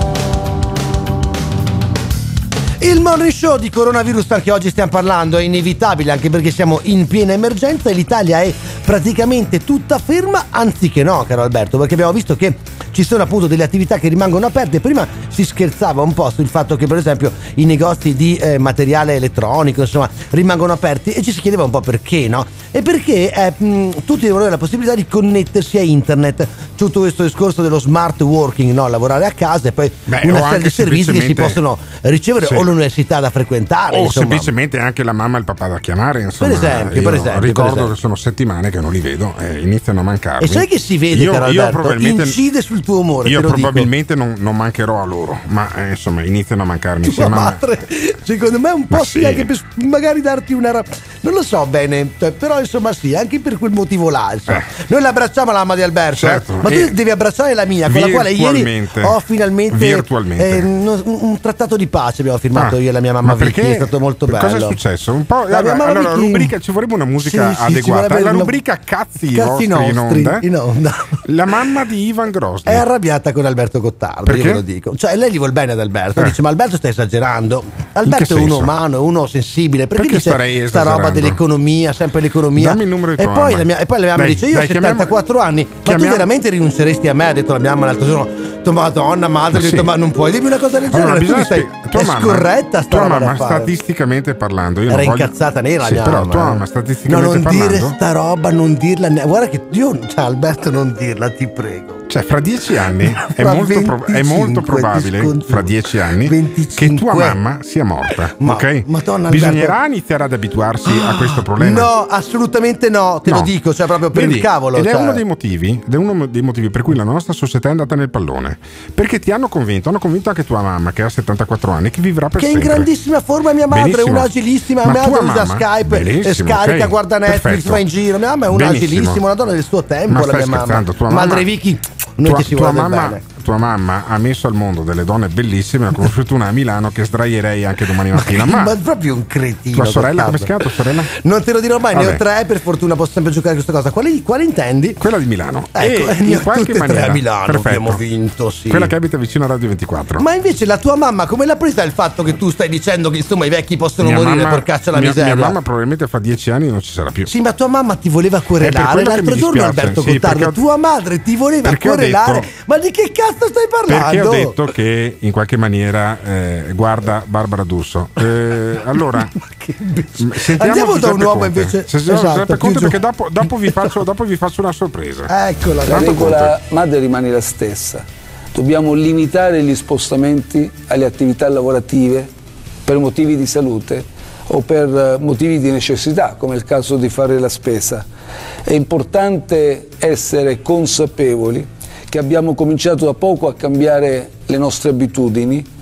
S7: Il morning show di coronavirus, perché oggi stiamo parlando, è inevitabile anche perché siamo in piena emergenza e l'Italia è praticamente tutta ferma, anziché no, caro Alberto, perché abbiamo visto che ci sono appunto delle attività che rimangono aperte. Prima si scherzava un po' sul fatto che per esempio i negozi di eh, materiale elettronico insomma rimangono aperti e ci si chiedeva un po' perché, no? E perché eh, mh, tutti devono avere la possibilità di connettersi a internet, tutto questo discorso dello smart working, no? Lavorare a casa e poi
S9: Beh,
S7: una
S9: o
S7: serie
S9: anche
S7: di servizi che si
S9: semplicemente-
S7: possono ricevere
S9: Sì.
S7: o l'università da frequentare,
S9: O
S7: insomma.
S9: semplicemente anche la mamma e il papà da chiamare, insomma.
S7: Per esempio,
S9: Io
S7: per esempio, per
S9: ricordo
S7: esempio.
S9: che sono settimane che non li vedo e iniziano a mancarmi.
S7: E sai che si vede,
S9: io,
S7: caro
S9: io
S7: Alberto?
S9: probabilmente
S7: Incide sul tuo umore,
S9: Io
S7: te lo dico.
S9: probabilmente non, non mancherò a loro, ma eh, insomma iniziano a mancarmi.
S7: Tua
S9: insieme a-
S7: madre, secondo me un po'
S9: Ma
S7: sì,
S9: sì.
S7: anche per magari darti una ra- non lo so bene, cioè, però insomma sì, anche per quel motivo là, insomma. Noi l'abbracciamo la mamma di Alberto,
S9: Certo,
S7: eh? Ma tu
S9: e-
S7: devi abbracciare la mia, con la quale ieri
S9: Virtualmente.
S7: ho finalmente
S9: Virtualmente.
S7: eh, un, un trattato di pace abbiamo firmato
S9: Ah,
S7: io e la mia mamma
S9: ma perché?
S7: Vicky, è stato molto bello.
S9: Cosa è successo? Un po',
S7: La mia
S9: allora,
S7: mamma
S9: allora,
S7: Vicky-
S9: rubrica, ci vorrebbe una musica
S7: Sì, sì, ci
S9: adeguata.
S7: vorrebbe
S9: La
S7: una-
S9: rubrica Cazzi,
S7: Cazzi
S9: vostri
S7: nostri
S9: in onda.
S7: in onda.
S9: La mamma di Ivan Grosny.
S7: È arrabbiata con Alberto Gottardo,
S9: Perché?
S7: io ve lo dico. Cioè, lei gli vuole bene ad Alberto.
S9: Eh.
S7: Dice: ma Alberto sta esagerando. Alberto è uno
S9: senso?
S7: umano, è uno sensibile. Perché,
S9: Perché
S7: dice
S9: starei
S7: sta roba
S9: esagerando?
S7: dell'economia, sempre l'economia?
S9: Dammi il numero di
S7: e
S9: tua
S7: poi
S9: mamma.
S7: la mia, e poi la mia mamma
S9: Dai,
S7: dice: io
S9: dai,
S7: ho
S9: chiamiamo-
S7: settantaquattro anni, ma tu
S9: chiamiamo-
S7: veramente rinunceresti a me? Ha detto la mia mamma l'altro giorno. Ho detto, Madonna, madre, ho
S9: Sì.
S7: detto, ma non puoi dirmi una cosa del genere.
S9: Allora,
S7: tu
S9: bisogna
S7: mi stai,
S9: spie- tua
S7: è
S9: mamma-
S7: scorretta sta
S9: tua
S7: roba da
S9: mamma
S7: fare.
S9: statisticamente parlando, io
S7: Era
S9: non voglio...
S7: incazzata nera la
S9: Sì,
S7: mia
S9: però
S7: mamma,
S9: tua
S7: eh.
S9: mamma
S7: No,
S9: statisticamente
S7: non
S9: parlando,
S7: dire sta roba, non dirla. ne- Guarda che io, cioè, Alberto, non dirla, ti prego.
S9: cioè fra dieci anni è
S7: Fra
S9: molto, pro- è molto
S7: venticinque,
S9: probabile,
S7: ti scongiuro.
S9: fra dieci anni, che tua
S7: venticinque.
S9: mamma sia morta.
S7: Ma-
S9: ok?
S7: Madonna,
S9: Bisognerà
S7: Alberto.
S9: iniziare ad abituarsi a questo problema.
S7: No, assolutamente no, te lo
S9: No.
S7: dico, cioè proprio per
S9: Vedi,
S7: il cavolo.
S9: Ed è
S7: cioè.
S9: uno dei motivi, ed è uno dei motivi per cui la nostra società è andata nel pallone. Perché ti hanno convinto, hanno convinto anche tua mamma, che ha settantaquattro anni, che vivrà per
S7: Che è in
S9: sempre.
S7: grandissima forma mia madre,
S9: Benissimo.
S7: una agilissima,
S9: Ma
S7: mia
S9: tua
S7: madre usa
S9: mamma?
S7: Skype e
S9: Benissimo,
S7: scarica,
S9: ok.
S7: guarda Netflix,
S9: Perfetto.
S7: va in giro. Mia mamma è una
S9: Benissimo.
S7: agilissima, una donna del suo tempo,
S9: Ma
S7: la
S9: stai
S7: mia mamma.
S9: scherzando, tua
S7: Madre
S9: mamma-
S7: Vicky, noi
S9: tua,
S7: che si
S9: tua
S7: vuole del
S9: mamma,
S7: bene.
S9: tua mamma ha messo al mondo delle donne bellissime, ha conosciuto una a Milano che sdraierei anche domani mattina. Ma,
S7: Ma proprio un cretino.
S9: tua sorella, come
S7: Gottardo.
S9: si chiama tua sorella?
S7: Non te lo dirò mai, ne
S9: Vabbè.
S7: ho tre, per fortuna posso sempre giocare a questa cosa. Quale, quale intendi?
S9: Quella di Milano.
S7: Ecco,
S9: e
S7: ne ho
S9: in qualche
S7: tutte e tre
S9: maniera
S7: a Milano,
S9: perfetto.
S7: abbiamo vinto, sì.
S9: Quella che abita vicino a Radio ventiquattro.
S7: Ma invece la tua mamma come l'ha presa il fatto che tu stai dicendo che insomma i vecchi possono
S9: Mia
S7: morire
S9: mamma-
S7: per caccia la
S9: mia,
S7: miseria?
S9: mia mamma probabilmente fra dieci anni non ci sarà più.
S7: Sì, ma tua mamma ti voleva
S9: È per
S7: querelare
S9: quello che
S7: l'altro
S9: mi
S7: giorno,
S9: dispiace,
S7: Alberto
S9: sì,
S7: Gottardo.
S9: perché ho-
S7: Tua madre ti voleva
S9: perché ho
S7: querelare.
S9: detto-
S7: Ma di che cazzo stai parlando?
S9: Perché ho detto che in qualche maniera eh, guarda Barbara D'Urso. Eh, allora sentiamo
S7: Andiamo da un
S9: Giuseppe
S7: uomo
S9: Conte.
S7: invece-
S9: Sentiamo
S7: esatto,
S9: Giuseppe
S7: più
S9: Conte,
S7: giù.
S9: perché dopo, dopo, vi faccio, dopo vi faccio una sorpresa.
S7: Eccola,
S21: La
S9: Tanto
S21: regola
S9: Conte.
S21: madre rimane la stessa. Dobbiamo limitare gli spostamenti alle attività lavorative per motivi di salute o per eh, motivi di necessità, come il caso di fare la spesa. È importante essere consapevoli che abbiamo cominciato da poco a cambiare le nostre abitudini,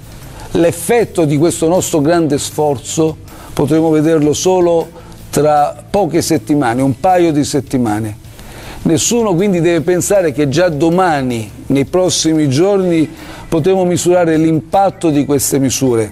S21: L'effetto di questo nostro grande sforzo potremo vederlo solo tra poche settimane, un paio di settimane. Nessuno quindi deve pensare che già domani, nei prossimi giorni, potremo misurare l'impatto di queste misure.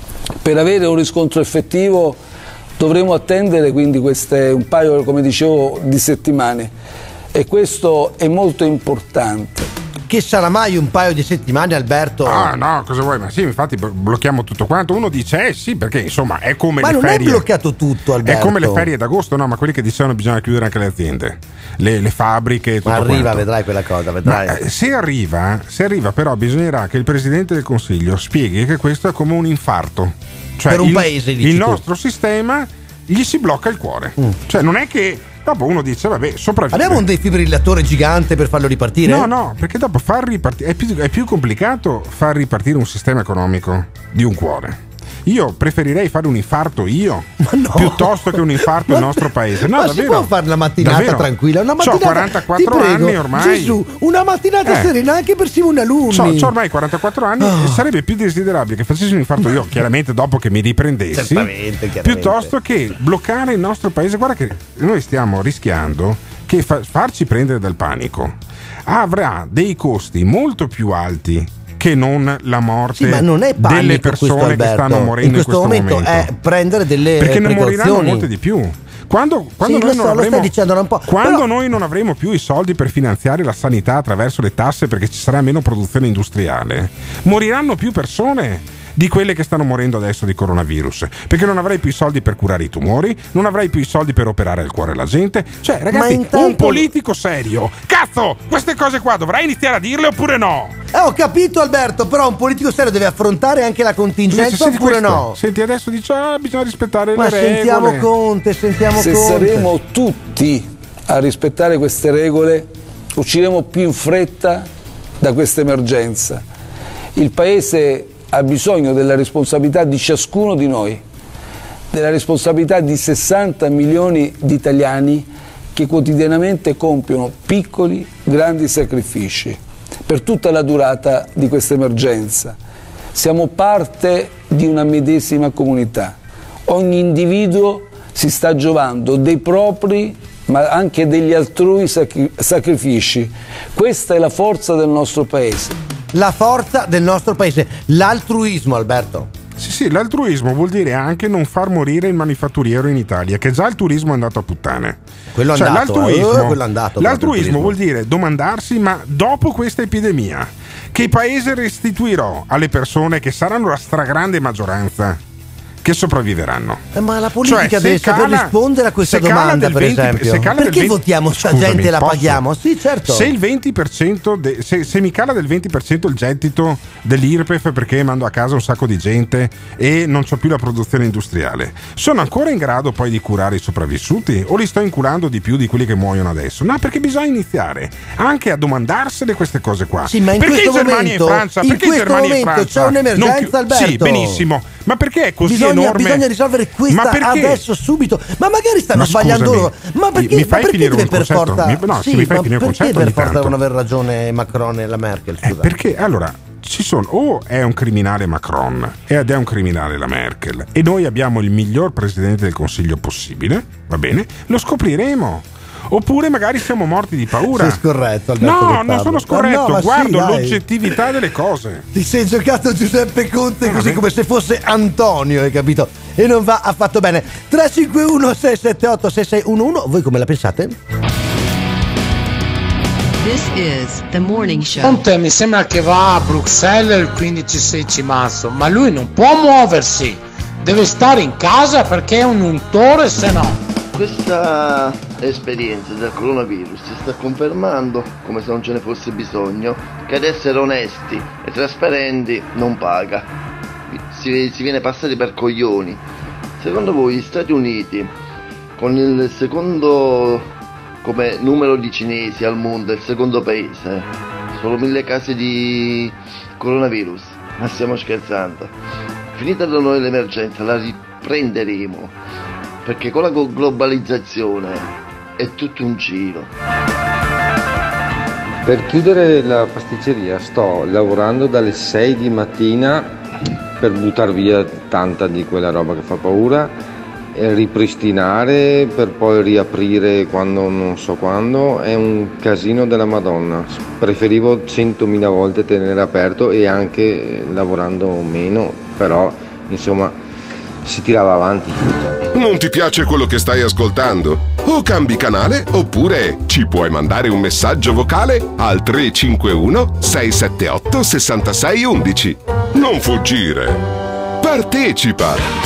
S21: Per avere un riscontro effettivo dovremo attendere quindi queste un paio, come dicevo, di settimane, e questo è molto importante.
S7: Che sarà mai un paio di settimane, Alberto?
S9: Ah no, cosa vuoi? Ma sì, infatti blocchiamo tutto quanto. Uno dice eh sì, perché insomma è come
S7: ma
S9: le
S7: non
S9: ferie.
S7: è bloccato tutto, Alberto.
S9: È come le ferie d'agosto, no? Ma quelli che dicevano bisogna chiudere anche le aziende, le, le fabbriche, tutto
S7: ma arriva,
S9: quanto.
S7: vedrai quella cosa, vedrai.
S9: Ma, eh, se arriva, se arriva però bisognerà che il Presidente del Consiglio spieghi che questo è come un infarto. Cioè
S7: per un
S9: il,
S7: paese, dici
S9: il
S7: tu.
S9: nostro sistema gli si blocca il cuore. Mm. Cioè non è che dopo uno dice vabbè, sopravvive.
S7: Abbiamo un defibrillatore gigante per farlo ripartire?
S9: No, no, perché dopo far ripartire è più, è più complicato far ripartire un sistema economico di un cuore. Io preferirei fare un infarto io
S7: no.
S9: piuttosto che un infarto nel nostro paese. No,
S7: ma
S9: davvero.
S7: si può fare la mattinata
S9: davvero.
S7: tranquilla? Una mattinata,
S9: c'ho quarantaquattro
S7: ti prego,
S9: anni ormai.
S7: Gesù, una mattinata
S9: eh.
S7: serena anche per Simone Alunni.
S9: C'ho, c'ho ormai quarantaquattro anni
S7: oh.
S9: e sarebbe più desiderabile che facessi un infarto io, chiaramente dopo che mi riprendessi,
S7: Certamente, chiaramente.
S9: piuttosto che bloccare il nostro paese. Guarda che noi stiamo rischiando che fa- farci prendere dal panico avrà dei costi molto più alti che non la morte
S7: sì, ma non è panico,
S9: delle persone
S7: questo,
S9: che stanno morendo
S7: in questo,
S9: in questo
S7: momento,
S9: momento.
S7: È prendere delle
S9: perché ne
S7: precauzioni.
S9: moriranno molte di più. Quando, quando,
S7: sì,
S9: noi,
S7: so,
S9: non avremo,
S7: dicendo un po',
S9: quando
S7: però...
S9: noi non avremo più i soldi per finanziare la sanità attraverso le tasse perché ci sarà meno produzione industriale, moriranno più persone di quelle che stanno morendo adesso di coronavirus, perché non avrai più i soldi per curare i tumori, non avrai più i soldi per operare il cuore alla gente. Cioè ragazzi,
S7: intanto...
S9: un politico serio, cazzo, queste cose qua dovrai iniziare a dirle oppure no?
S7: Eh, ho capito, Alberto, però un politico serio deve affrontare anche la contingenza oppure
S9: questo.
S7: no?
S9: Senti, adesso dice ah, bisogna rispettare
S7: ma
S9: le regole.
S7: sentiamo Conte, sentiamo
S21: Se
S7: Conte.
S21: saremo tutti a rispettare queste regole, usciremo più in fretta da questa emergenza. Il Paese ha bisogno della responsabilità di ciascuno di noi, della responsabilità di sessanta milioni di italiani che quotidianamente compiono piccoli, grandi sacrifici per tutta la durata di questa emergenza. Siamo parte di una medesima comunità. Ogni individuo si sta giovando dei propri, ma anche degli altrui sacri- sacrifici. Questa è la forza del nostro Paese.
S7: La forza del nostro paese, l'altruismo, Alberto.
S9: Sì, sì, l'altruismo vuol dire anche non far morire il manifatturiero in Italia, che già il turismo è andato a puttane.
S7: Quello è
S9: cioè,
S7: andato,
S9: l'altruismo,
S7: eh, quello è andato
S9: l'altruismo vuol dire domandarsi, ma dopo questa epidemia, che paese restituirò alle persone che saranno la stragrande maggioranza che sopravviveranno?
S7: Eh, ma la politica
S9: cioè,
S7: deve saper
S9: cala,
S7: rispondere a questa domanda, per
S9: venti,
S7: esempio.
S9: Se cala
S7: perché
S9: del venti,
S7: votiamo sta
S9: scusami,
S7: gente e la
S9: posso?
S7: paghiamo? Sì, certo.
S9: Se il venti per cento de, se, se mi cala del venti per cento il gettito dell'I R P E F perché mando a casa un sacco di gente e non c'ho più la produzione industriale, sono ancora in grado poi di curare i sopravvissuti o li sto inculando di più di quelli che muoiono adesso? No, perché bisogna iniziare anche a domandarsene queste cose qua.
S7: Sì, ma in
S9: perché
S7: questo
S9: in Germania
S7: momento,
S9: e Francia?
S7: in
S9: Perché in
S7: questo
S9: Germania e
S7: momento
S9: Francia?
S7: c'è un'emergenza,
S9: chi-
S7: Alberto.
S9: Sì, benissimo. Ma perché è così
S7: bisogna,
S9: enorme?
S7: Bisogna risolvere questa
S9: Ma perché?
S7: adesso, subito. Ma magari stanno
S9: Ma
S7: sbagliando
S9: scusami,
S7: loro. Ma perché,
S9: mi
S7: ma
S9: fai
S7: perché
S9: finire
S7: deve
S9: un
S7: per
S9: concetto?
S7: forza?
S9: Mi- no,
S7: sì,
S9: se mi fai
S7: ma
S9: finire un
S7: perché
S9: concetto
S7: per
S9: ogni
S7: forza
S9: tanto.
S7: devono aver ragione Macron e la Merkel? Scusa.
S9: Eh, perché allora ci sono o è un criminale Macron ed è un criminale la Merkel e noi abbiamo il miglior presidente del Consiglio possibile, va bene? Lo scopriremo. Oppure magari siamo morti di paura.
S7: Sei scorretto, Alberto.
S9: No, non sono scorretto,
S7: no, ma
S9: guardo
S7: sì, dai.
S9: l'oggettività delle cose.
S7: Ti sei giocato Giuseppe Conte
S9: Eh,
S7: così
S9: vabbè.
S7: come se fosse Antonio, hai capito? E non va affatto bene. tre cinque uno sei sette otto sei sei uno uno, voi come la pensate?
S10: This is the morning show.
S4: Conte mi sembra che va a Bruxelles il quindici sedici marzo, ma lui non può muoversi, deve stare in casa perché è un untore, se no.
S5: Questa esperienza del coronavirus ci sta confermando, come se non ce ne fosse bisogno, che ad essere onesti e trasparenti non paga. Si, si viene passati per coglioni. Secondo voi gli Stati Uniti, con il secondo come numero di cinesi al mondo, il secondo paese, solo mille casi di coronavirus, ma stiamo scherzando? Finita da noi l'emergenza, la riprenderemo. Perché con la globalizzazione è tutto un giro.
S6: Per chiudere la pasticceria sto lavorando dalle sei di mattina per buttare via tanta di quella roba che fa paura, e ripristinare per poi riaprire quando non so quando è un casino della Madonna. Preferivo centomila volte tenere aperto e anche lavorando meno, però insomma si tirava avanti.
S8: Non ti piace quello che stai ascoltando? O cambi canale oppure ci puoi mandare un messaggio vocale al tre cinque uno sei sette otto sei sei uno uno. Non fuggire, partecipa!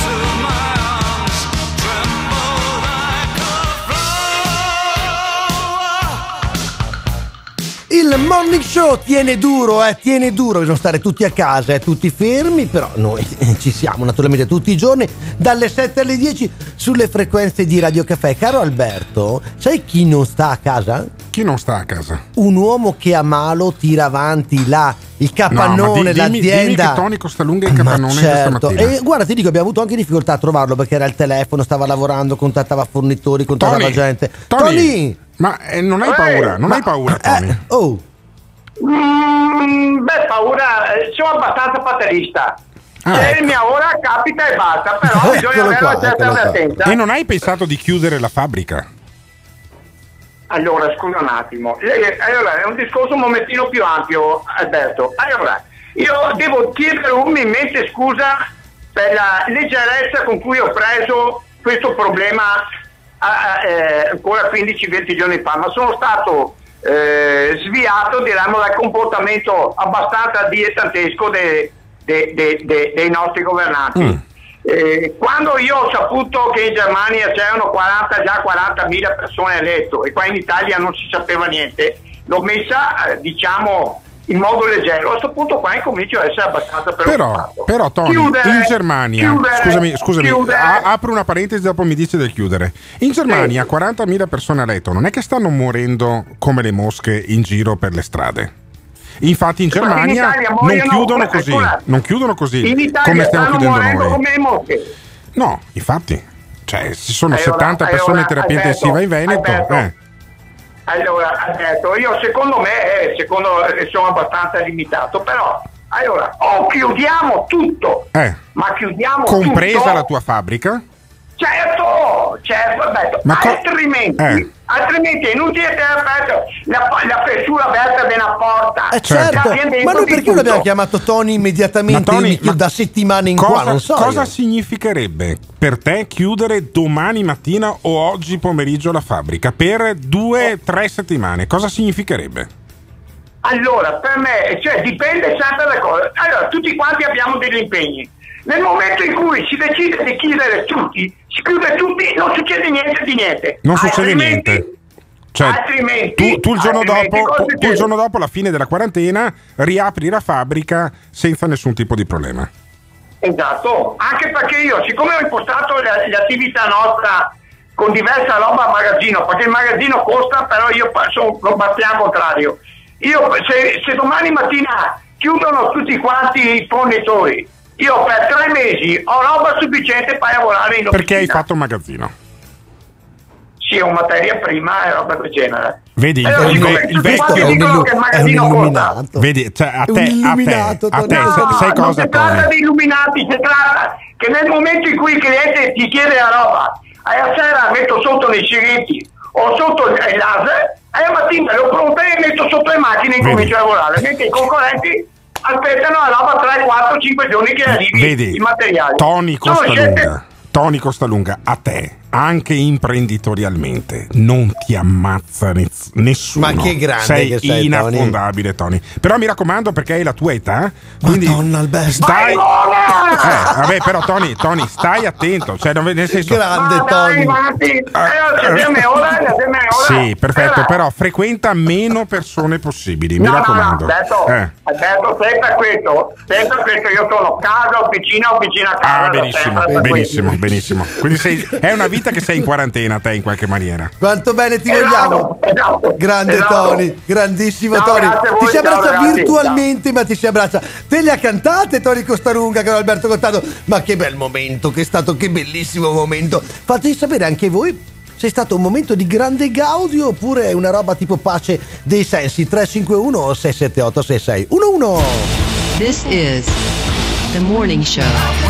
S7: Il Morning Show tiene duro, eh, tiene duro, bisogna stare tutti a casa, eh, tutti fermi, però noi ci siamo naturalmente tutti i giorni, dalle sette alle dieci sulle frequenze di Radio Caffè. Caro Alberto, sai chi non sta a casa?
S9: Chi non sta a casa?
S7: Un uomo che a malo tira avanti là il capannone,
S9: no, ma di, dimmi,
S7: l'azienda.
S9: Dimmi che Tony Costalunga è il capannone
S7: certo.
S9: questa mattina.
S7: E guarda, ti dico, abbiamo avuto anche difficoltà a trovarlo perché era al telefono, stava lavorando, contattava fornitori, contattava
S9: Tony,
S7: gente.
S9: Tony,
S7: Tony!
S9: Ma eh, non hai
S2: Eh,
S9: paura, non
S2: ma-
S9: hai paura, Tony.
S7: Eh, oh!
S2: Mm, beh, paura, eh, sono abbastanza fatalista.
S9: Ah,
S2: Se
S9: ecco.
S2: è mia ora capita e basta, però bisogna
S7: Eccolo
S2: avere
S7: qua,
S2: una certa
S7: eccolo qua.
S2: avvertenza.
S9: E non hai pensato di chiudere la fabbrica?
S2: Allora, scusa un attimo. Eh, Allora, è un discorso un momentino più ampio, Alberto. Allora, io devo chiedere umilmente scusa per la leggerezza con cui ho preso questo problema ah, eh, ancora quindici venti giorni fa, ma sono stato eh, sviato, diremmo, dal comportamento abbastanza dilettantesco de- de- de- de- dei nostri governanti.
S9: Mm.
S2: Eh, quando io ho saputo che in Germania c'erano quaranta, già quarantamila persone a letto e qua in Italia non si sapeva niente, l'ho messa eh, diciamo in modo leggero. A questo punto qua incomincio a essere abbastanza preoccupato.
S9: Però, però Tony,
S2: Chiudere,
S9: in Germania,
S2: chiudere,
S9: scusami, scusami,
S2: chiudere.
S9: a- apro una parentesi, dopo mi dici del chiudere. In Germania quarantamila persone a letto, non è che stanno morendo come le mosche in giro per le strade. Infatti in
S2: Ma in
S9: Germania
S2: Italia
S9: non
S2: muoiono,
S9: chiudono
S2: eh,
S9: così,
S2: scusa.
S9: non chiudono così
S2: In Italia
S9: come stiamo
S2: stanno
S9: chiudendo
S2: morendo
S9: noi.
S2: come mosche.
S9: No, infatti, cioè ci sono
S2: Allora,
S9: settanta persone
S2: allora,
S9: in terapia
S2: Alberto,
S9: intensiva in Veneto.
S2: Alberto,
S9: eh.
S2: Allora, Alberto, io secondo me, eh, secondo eh, sono abbastanza limitato, però allora o chiudiamo tutto,
S9: Eh,
S2: ma chiudiamo
S9: compresa
S2: tutto.
S9: la tua fabbrica?
S2: Certo, certo, Alberto,
S9: Ma co-
S2: altrimenti,
S9: eh.
S2: altrimenti è inutile tenere aperto la, la fessura aperta della porta.
S7: Eh certo,
S2: L'azienda
S7: ma noi
S2: di
S7: perché
S2: tutto.
S7: l'abbiamo chiamato Tony immediatamente?
S9: Ma Tony,
S7: Io mi chiedo
S9: ma
S7: da settimane in
S9: cosa,
S7: qua, non so.
S9: cosa
S7: io.
S9: significherebbe per te chiudere domani mattina o oggi pomeriggio la fabbrica per due, tre settimane? Cosa significherebbe?
S2: Allora, per me, cioè dipende sempre da cosa. Allora, tutti quanti abbiamo degli impegni. Nel momento in cui si decide di chiudere tutti, si chiude tutti, non succede niente di niente.
S9: Non succede
S2: Altrimenti-
S9: niente. Cioè,
S2: altrimenti,
S9: tu, tu il giorno
S2: altrimenti
S9: dopo,
S2: cosa
S9: tu, tu
S2: succede?
S9: il giorno dopo la fine della quarantena riapri la fabbrica senza nessun tipo di problema.
S2: Esatto, anche perché io, siccome ho impostato le- l'attività nostra con diversa roba a magazzino, perché il magazzino costa, però io pa- sono lo battiamo al contrario. Io se, se domani mattina chiudono tutti quanti i fornitori, io per tre mesi ho roba sufficiente per lavorare in officina.
S9: Perché hai fatto un magazzino.
S2: Sì, ho materia prima e roba del genere.
S9: Vedi, il,
S2: Allora,
S9: il-
S2: siccome
S9: il
S2: tutti quanti
S9: vecchio
S2: dicono che il magazzino costa.
S9: Vedi, cioè, a
S7: È un
S9: te, a te,
S7: illuminato,
S9: a te,
S7: Tony.
S9: sai, sai
S2: non
S9: cosa,
S2: si tratta
S9: Tony?
S2: di illuminati, si tratta che nel momento in cui il cliente ti chiede la roba, alla sera metto sotto nei ciretti o sotto il laser, alla mattina lo pronta e metto sotto le macchine e incomincio a lavorare, mentre i concorrenti aspettano la roba tre, quattro, cinque giorni che arrivi
S9: Vedi,
S2: i materiali.
S9: Tony
S2: Sono scelte-
S9: Costalunga, Tony Costalunga, a te, anche imprenditorialmente, non ti ammazza nez- nessuno.
S7: Ma che grande
S9: sei
S7: che sei,
S9: inaffondabile, Tony. Però mi raccomando, perché hai la tua età, quindi
S7: Madonna, Alberto.
S9: stai.
S2: Vai,
S9: Eh, vabbè, però Tony, Tony, stai attento, cioè, non- nel senso.
S7: Grande
S2: Ma dai,
S7: Tony.
S2: avanti. Allora, c'è la mia ora, c'è la mia ora.
S9: Sì, perfetto,
S2: Allora,
S9: però frequenta meno persone possibili, mi
S2: no,
S9: raccomando.
S2: No, no, Alberto,
S9: Eh.
S2: Alberto, sempre questo, sempre questo, io sono casa, officina, officina, casa.
S9: Ah,
S2: da
S9: benissimo,
S2: sempre, per
S9: benissimo,
S2: questo.
S9: benissimo. Quindi sei, è una vita che sei in quarantena te in qualche maniera.
S7: Quanto bene ti
S2: Esatto,
S7: vogliamo.
S2: esatto,
S7: Grande
S2: esatto.
S7: Tony, grandissimo
S2: Ciao,
S7: Tony.
S2: grazie a voi,
S7: Ti si
S2: ciao,
S7: abbraccia
S2: ragazzi,
S7: virtualmente, ma ti si abbraccia. Te le ha cantate Tony Costalunga, caro Alberto Cottado. Ma che bel momento che è stato, che bellissimo momento. Fateci sapere anche voi se è stato un momento di grande gaudio oppure è una roba tipo pace dei sensi. Tre cinque uno sei sette otto sei sei uno uno.
S10: This is The Morning Show.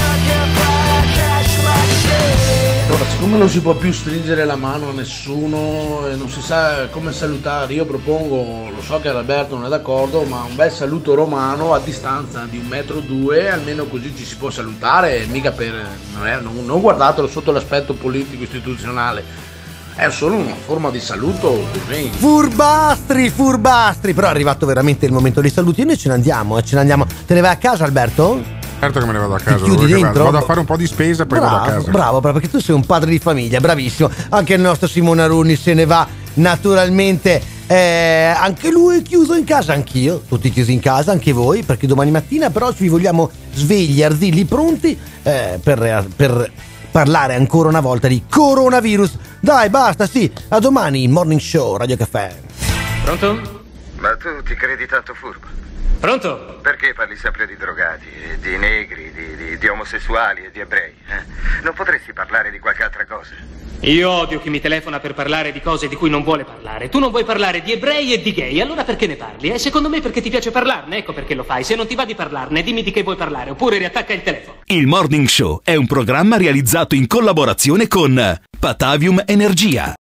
S11: Allora, siccome non si può più stringere la mano a nessuno e non si sa come salutare, io propongo, lo so che Roberto non è d'accordo, ma un bel saluto romano a distanza di un metro o due, almeno così ci si può salutare, mica per non, è, non, non guardatelo sotto l'aspetto politico istituzionale, è solo una forma di saluto così.
S7: Furbastri, furbastri, però è arrivato veramente il momento dei saluti e noi ce ne andiamo, eh, ce ne andiamo. Te ne vai a casa, Alberto?
S9: Certo che me ne vado a casa,
S7: chiudi dentro?
S9: Vado. vado a fare un po' di spesa e poi
S7: bravo,
S9: vado a casa.
S7: Bravo, bravo, perché tu sei un padre di famiglia, bravissimo. Anche il nostro Simone Aruni se ne va naturalmente, eh, anche lui chiuso in casa, anch'io, tutti chiusi in casa, anche voi, perché domani mattina però vi vogliamo svegli, arzilli, pronti eh, per, per parlare ancora una volta di coronavirus. Dai, basta, sì, a domani, Morning Show, Radio Caffè.
S13: Pronto? Ma tu ti credi tanto furbo? Pronto? Perché parli sempre di drogati, di negri, di, di, di omosessuali e di ebrei? Eh? Non potresti parlare di qualche altra cosa?
S15: Io odio chi mi telefona per parlare di cose di cui non vuole parlare. Tu non vuoi parlare di ebrei e di gay, allora perché ne parli? E secondo me perché ti piace parlarne, ecco perché lo fai. Se non ti va di parlarne, dimmi di che vuoi parlare, oppure riattacca il telefono.
S24: Il Morning Show è un programma realizzato in collaborazione con Patavium Energia.